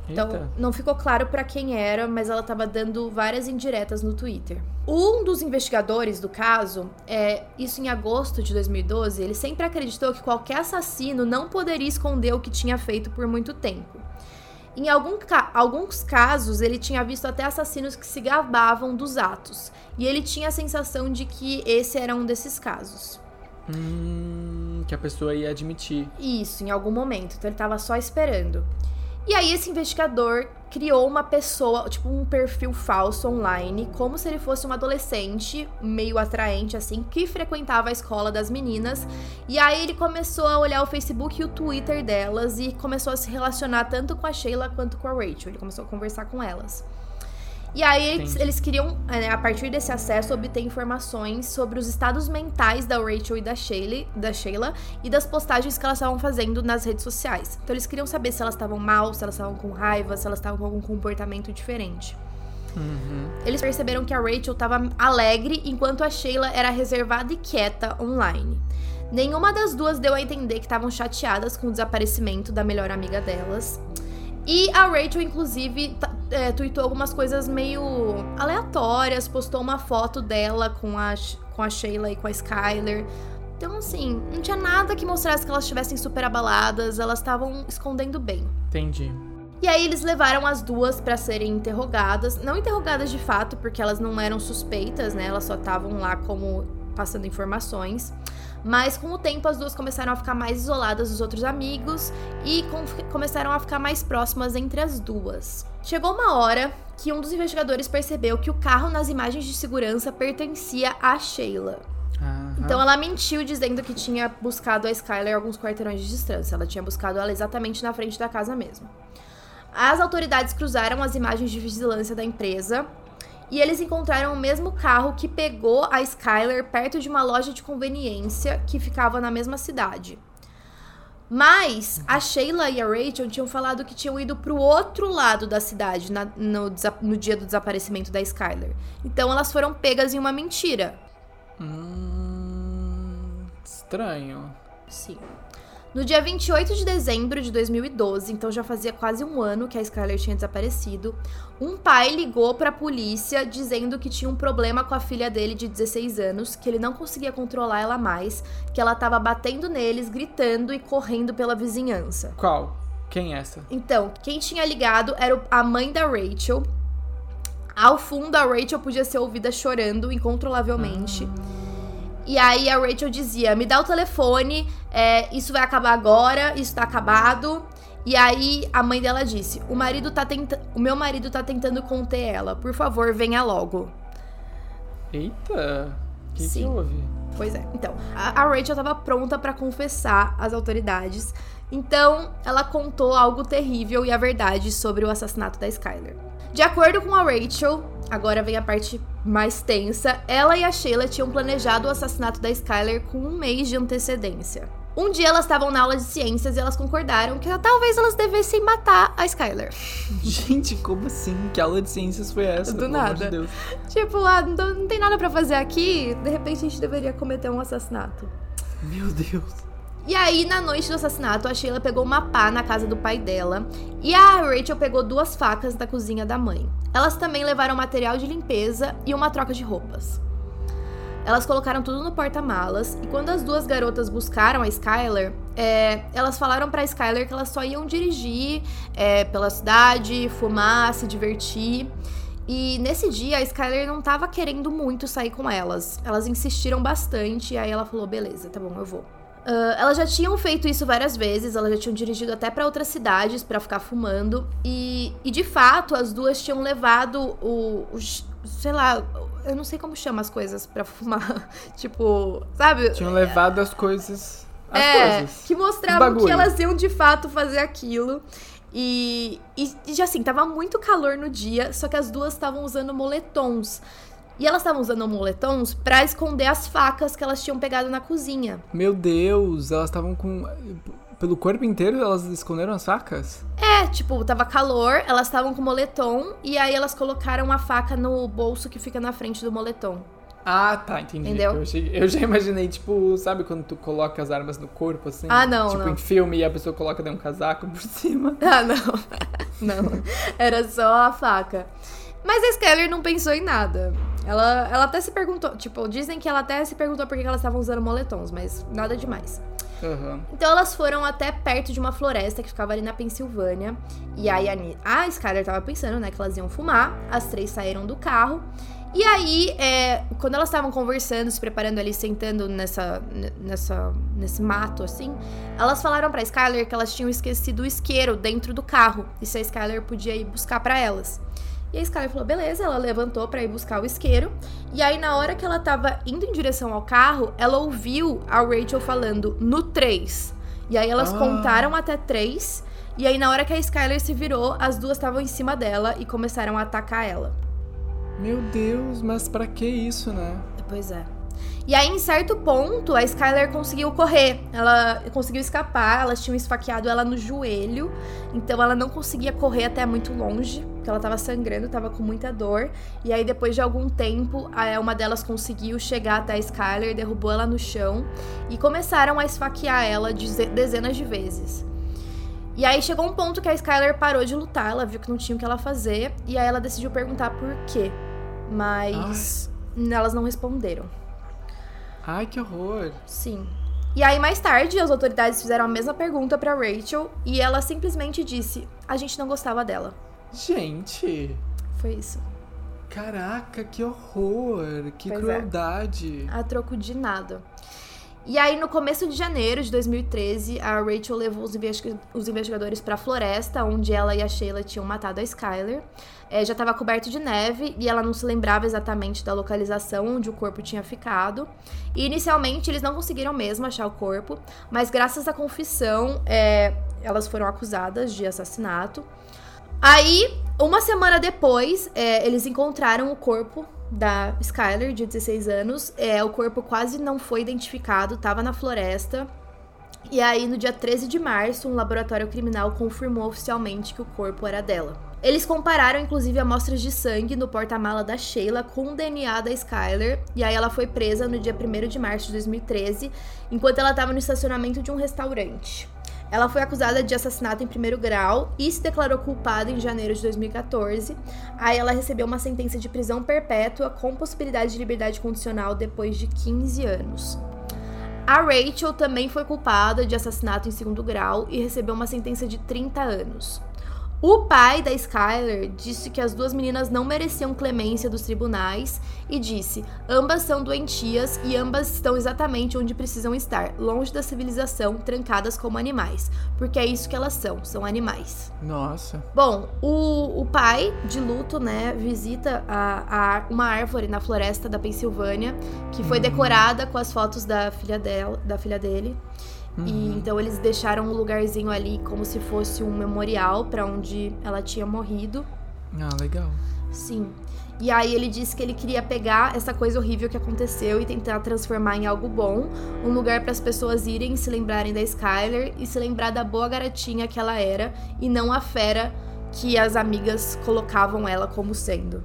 Então,
Eita.
não ficou claro pra quem era, mas ela tava dando várias indiretas no Twitter. Um dos investigadores do caso, é, isso em agosto de dois mil e doze, ele sempre acreditou que qualquer assassino não poderia esconder o que tinha feito por muito tempo. Em algum ca- alguns casos, ele tinha visto até assassinos que se gabavam dos atos. E ele tinha a sensação de que esse era um desses casos.
Hum, que a pessoa ia admitir.
Isso, em algum momento. Então ele tava só esperando. E aí esse investigador criou uma pessoa, tipo um perfil falso online, como se ele fosse um adolescente, meio atraente assim, que frequentava a escola das meninas. E aí ele começou a olhar o Facebook e o Twitter delas e começou a se relacionar tanto com a Sheila quanto com a Rachel. Ele começou a conversar com elas. E aí eles, eles queriam, né, a partir desse acesso, obter informações sobre os estados mentais da Rachel e da Sheila, da Sheila e das postagens que elas estavam fazendo nas redes sociais. Então eles queriam saber se elas estavam mal, se elas estavam com raiva, se elas estavam com algum comportamento diferente.
Uhum.
Eles perceberam que a Rachel estava alegre, enquanto a Sheila era reservada e quieta online. Nenhuma das duas deu a entender que estavam chateadas com o desaparecimento da melhor amiga delas. E a Rachel, inclusive, é, tweetou algumas coisas meio aleatórias, postou uma foto dela com a, com a Sheila e com a Skyler. Então, assim, não tinha nada que mostrasse que elas estivessem super abaladas, elas estavam escondendo bem.
Entendi.
E aí eles levaram as duas pra serem interrogadas, não interrogadas de fato, porque elas não eram suspeitas, né? Elas só estavam lá como passando informações. Mas com o tempo as duas começaram a ficar mais isoladas dos outros amigos e com- começaram a ficar mais próximas entre as duas. Chegou uma hora que um dos investigadores percebeu que o carro nas imagens de segurança pertencia a Sheila.
Aham.
Então ela mentiu dizendo que tinha buscado a Skyler a alguns quarteirões de distância. Ela tinha buscado ela exatamente na frente da casa mesmo. As autoridades cruzaram as imagens de vigilância da empresa e eles encontraram o mesmo carro que pegou a Skyler perto de uma loja de conveniência que ficava na mesma cidade. Mas a Sheila e a Rachel tinham falado que tinham ido pro outro lado da cidade na- no, desa- no dia do desaparecimento da Skyler. Então elas foram pegas em uma mentira.
Hum, estranho.
Sim. No dia vinte e oito de dezembro de dois mil e doze, então já fazia quase um ano que a Skyler tinha desaparecido, um pai ligou pra polícia dizendo que tinha um problema com a filha dele de dezesseis anos, que ele não conseguia controlar ela mais, que ela tava batendo neles, gritando e correndo pela vizinhança.
Qual? Quem é essa?
Então, quem tinha ligado era o- a mãe da Rachel. Ao fundo, a Rachel podia ser ouvida chorando incontrolavelmente. E aí a Rachel dizia, me dá o telefone, é, isso vai acabar agora, isso tá acabado. E aí a mãe dela disse, o, marido tá tenta- o meu marido tá tentando conter ela, por favor, venha logo.
Eita, o que, que
Sim.
houve?
Pois é, então, a, a Rachel tava pronta pra confessar às autoridades. Então, ela contou algo terrível e a verdade sobre o assassinato da Skyler. De acordo com a Rachel, agora vem a parte mais tensa, ela e a Sheila tinham planejado o assassinato da Skyler com um mês de antecedência. Um dia elas estavam na aula de ciências e elas concordaram que talvez elas devessem matar a Skyler.
Gente, como assim? Que aula de ciências foi essa?
Do
pelo
nada.
amor de Deus.
Tipo, ah, não, não tem nada pra fazer aqui, de repente a gente deveria cometer um assassinato.
Meu Deus.
E aí, na noite do assassinato, a Sheila pegou uma pá na casa do pai dela e a Rachel pegou duas facas da cozinha da mãe. Elas também levaram material de limpeza e uma troca de roupas. Elas colocaram tudo no porta-malas e quando as duas garotas buscaram a Skyler, é, elas falaram pra Skyler que elas só iam dirigir é, pela cidade, fumar, se divertir. E nesse dia, a Skyler não tava querendo muito sair com elas. Elas insistiram bastante e aí ela falou, beleza, tá bom, eu vou. Uh, elas já tinham feito isso várias vezes, elas já tinham dirigido até pra outras cidades pra ficar fumando. E, e de fato, as duas tinham levado o, o. Sei lá, eu não sei como chama as coisas pra fumar. Tipo, sabe?
Tinham levado as coisas. As
é,
coisas.
que mostravam
Bagulho.
que elas iam de fato fazer aquilo. E, e, e já assim, tava muito calor no dia, só que as duas estavam usando moletons. E elas estavam usando moletons pra esconder as facas que elas tinham pegado na cozinha.
Meu Deus, elas estavam com... Pelo corpo inteiro elas esconderam as facas?
É, tipo, tava calor, elas estavam com moletom e aí elas colocaram a faca no bolso que fica na frente do moletom.
Ah, tá, entendi.
Entendeu?
Eu, achei- eu já imaginei, tipo, sabe quando tu coloca as armas no corpo, assim?
Ah, não,
Tipo,
não.
em filme e a pessoa coloca daí um casaco por cima.
Ah, não. Não. Era só a faca. Mas a Skyler não pensou em nada. Ela, ela até se perguntou, tipo, dizem que ela até se perguntou por que elas estavam usando moletons, mas nada demais.
Aham.
Então elas foram até perto de uma floresta que ficava ali na Pensilvânia. E aí a, Ni- a Skyler tava pensando, né, que elas iam fumar. As três saíram do carro. E aí, é, quando elas estavam conversando, se preparando ali, sentando nessa, n- nessa, nesse mato, assim, elas falaram pra Skyler que elas tinham esquecido o isqueiro dentro do carro. E se a Skyler podia ir buscar pra elas. E a Skyler falou, beleza, ela levantou pra ir buscar o isqueiro. E aí, na hora que ela tava indo em direção ao carro, ela ouviu a Rachel falando, no três. E aí, elas
Ah.
contaram até três. E aí, na hora que a Skyler se virou, as duas estavam em cima dela e começaram a atacar ela.
Meu Deus, mas pra que isso, né?
Pois é. E aí, em certo ponto, a Skyler conseguiu correr. Ela conseguiu escapar, elas tinham esfaqueado ela no joelho. Então, ela não conseguia correr até muito longe, porque ela tava sangrando, tava com muita dor. E aí, depois de algum tempo, a- uma delas conseguiu chegar até a Skyler, derrubou ela no chão. E começaram a esfaquear ela deze- dezenas de vezes. E aí, chegou um ponto que a Skyler parou de lutar. Ela viu que não tinha o que ela fazer. E aí, ela decidiu perguntar por quê. Mas elas não responderam.
Ai, que horror.
Sim. E aí, mais tarde, as autoridades fizeram a mesma pergunta pra Rachel e ela simplesmente disse: a gente não gostava dela.
Gente,
Foi isso.
caraca, que horror, que
Pois é.
crueldade.
A troco de nada. E aí, no começo de janeiro de dois mil e treze, a Rachel levou os, investiga- os investigadores pra floresta, onde ela e a Sheila tinham matado a Skyler. É, já estava coberto de neve e ela não se lembrava exatamente da localização onde o corpo tinha ficado. E inicialmente eles não conseguiram mesmo achar o corpo, mas graças à confissão, é, elas foram acusadas de assassinato. Aí, uma semana depois, é, eles encontraram o corpo da Skyler, de dezesseis anos. É, o corpo quase não foi identificado, estava na floresta. E aí, no dia treze de março, um laboratório criminal confirmou oficialmente que o corpo era dela. Eles compararam, inclusive, amostras de sangue no porta-mala da Sheila com o D N A da Skyler. E aí ela foi presa no dia primeiro de março de dois mil e treze, enquanto ela estava no estacionamento de um restaurante. Ela foi acusada de assassinato em primeiro grau e se declarou culpada em janeiro de dois mil e quatorze. Aí ela recebeu uma sentença de prisão perpétua com possibilidade de liberdade condicional depois de quinze anos. A Rachel também foi culpada de assassinato em segundo grau e recebeu uma sentença de trinta anos. O pai da Skyler disse que as duas meninas não mereciam clemência dos tribunais e disse: ambas são doentias e ambas estão exatamente onde precisam estar, longe da civilização, trancadas como animais, porque é isso que elas são, são animais.
Nossa.
Bom, o, o pai, de luto, né, visita a, a, uma árvore na floresta da Pensilvânia, que foi
Uhum.
decorada com as fotos da filha, dela, da filha dele.
Uhum.
E então eles deixaram um lugarzinho ali como se fosse um memorial pra onde ela tinha morrido.
Ah, legal.
Sim. E aí ele disse que ele queria pegar essa coisa horrível que aconteceu e tentar transformar em algo bom, um lugar para as pessoas irem e se lembrarem da Skyler e se lembrar da boa garotinha que ela era e não a fera que as amigas colocavam ela como sendo.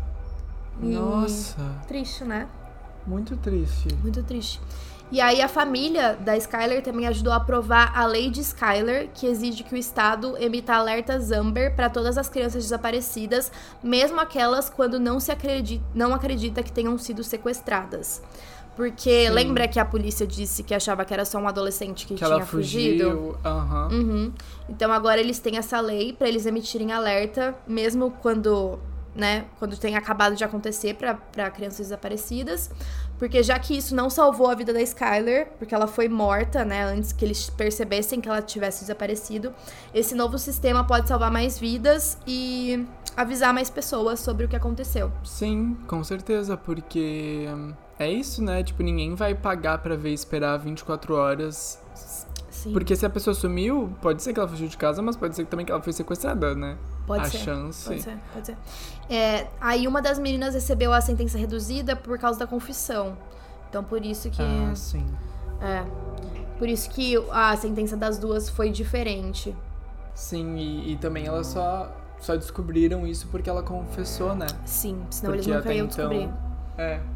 E-
Nossa,
Triste, né?
muito triste.
Muito triste. E aí a família da Skyler também ajudou a aprovar a lei de Skyler, que exige que o Estado emita alertas Amber para todas as crianças desaparecidas, mesmo aquelas quando não se acredita, não acredita que tenham sido sequestradas. Porque
Sim.
lembra que a polícia disse que achava que era só um adolescente que,
Que
tinha
ela
fugido?
fugiu. Aham.
Uhum. Então agora eles têm essa lei pra eles emitirem alerta, mesmo quando, né, quando tem acabado de acontecer pra, pra crianças desaparecidas. Porque já que isso não salvou a vida da Skyler, porque ela foi morta, né, antes que eles percebessem que ela tivesse desaparecido, esse novo sistema pode salvar mais vidas e avisar mais pessoas sobre o que aconteceu.
Sim, com certeza, porque hum, é isso, né? Tipo, ninguém vai pagar pra ver e esperar vinte e quatro horas.
Sim.
Porque se a pessoa sumiu, pode ser que ela fugiu de casa, mas pode ser também que ela foi sequestrada, né?
Pode
a
ser.
chance.
Pode ser, pode ser. É, aí uma das meninas recebeu a sentença reduzida por causa da confissão. Então por isso que.
Ah, sim.
É. Por isso que a sentença das duas foi diferente.
Sim, e, e também elas só, só descobriram isso porque ela confessou, né?
Sim, senão
Porque
eles nunca
até
iam
então-
descobrir.
É,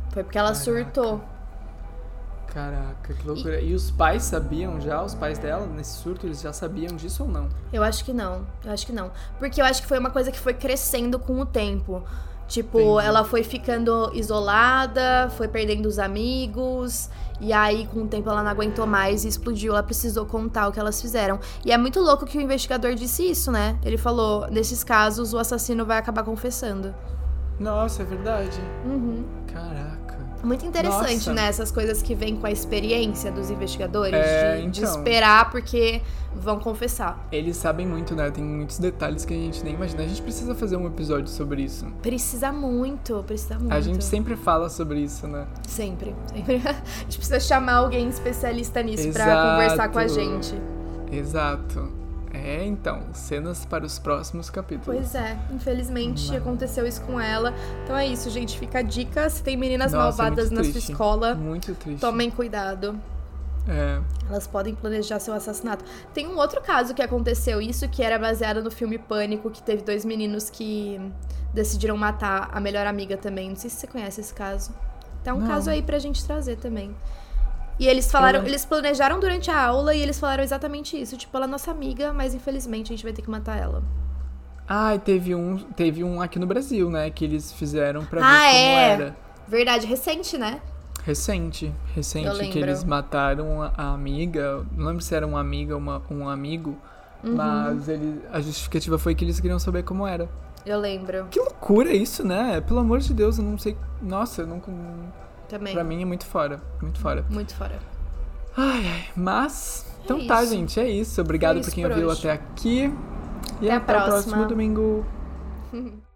Foi porque ela
Caraca.
surtou.
Caraca, que loucura. E... e os pais sabiam já? Os pais dela, nesse surto, eles já sabiam disso ou não?
Eu acho que não. Eu acho que não. Porque eu acho que foi uma coisa que foi crescendo com o tempo. Tipo,
Entendi.
Ela foi ficando isolada, foi perdendo os amigos, e aí com o tempo ela não aguentou mais e explodiu, ela precisou contar o que elas fizeram. E é muito louco que o investigador disse isso, né? Ele falou, nesses casos o assassino vai acabar confessando.
Nossa, é verdade.
Uhum.
Caraca.
Muito interessante,
Nossa.
né? Essas coisas que vêm com a experiência dos investigadores,
É,
de, de
então.
esperar porque vão confessar.
Eles sabem muito, né? Tem muitos detalhes que a gente nem imagina. A gente precisa fazer um episódio sobre isso.
Precisa muito, precisa muito.
A gente sempre fala sobre isso, né?
Sempre, sempre. A gente precisa chamar alguém especialista nisso
Exato.
pra conversar com a gente.
Exato. É, então, cenas para os próximos capítulos.
Pois é, infelizmente
Mas...
aconteceu isso com ela. Então é isso, gente. Fica a dica. Se tem meninas
Nossa,
malvadas
muito
na sua
triste.
escola,
Muito triste.
tomem cuidado.
É.
Elas podem planejar seu assassinato. Tem um outro caso que aconteceu isso, que era baseado no filme Pânico, que teve dois meninos que decidiram matar a melhor amiga também. Não sei se você conhece esse caso. Tem um
Não.
caso aí pra gente trazer também. E eles falaram,
Eu-
eles planejaram durante a aula e eles falaram exatamente isso. Tipo, ela é nossa amiga, mas infelizmente a gente vai ter que matar ela.
Ah, e teve um, teve um aqui no Brasil, né? Que eles fizeram pra
Ah,
ver como
é?
era.
Verdade, recente, né?
Recente. Recente
Eu
que
lembro.
eles mataram a, a amiga. Não lembro se era uma amiga ou uma, um amigo.
Uhum.
Mas ele, a justificativa foi que eles queriam saber como era.
Eu lembro.
Que loucura isso, né? Pelo amor de Deus, eu não sei. Nossa, eu não.
Também.
Pra mim é muito fora. Muito fora.
Muito fora.
Ai, ai. Mas. Então
É
tá,
isso.
gente. É isso. Obrigado
É isso
por quem
por
ouviu
hoje.
até aqui. E
Até a
até o
próxima.
próximo domingo.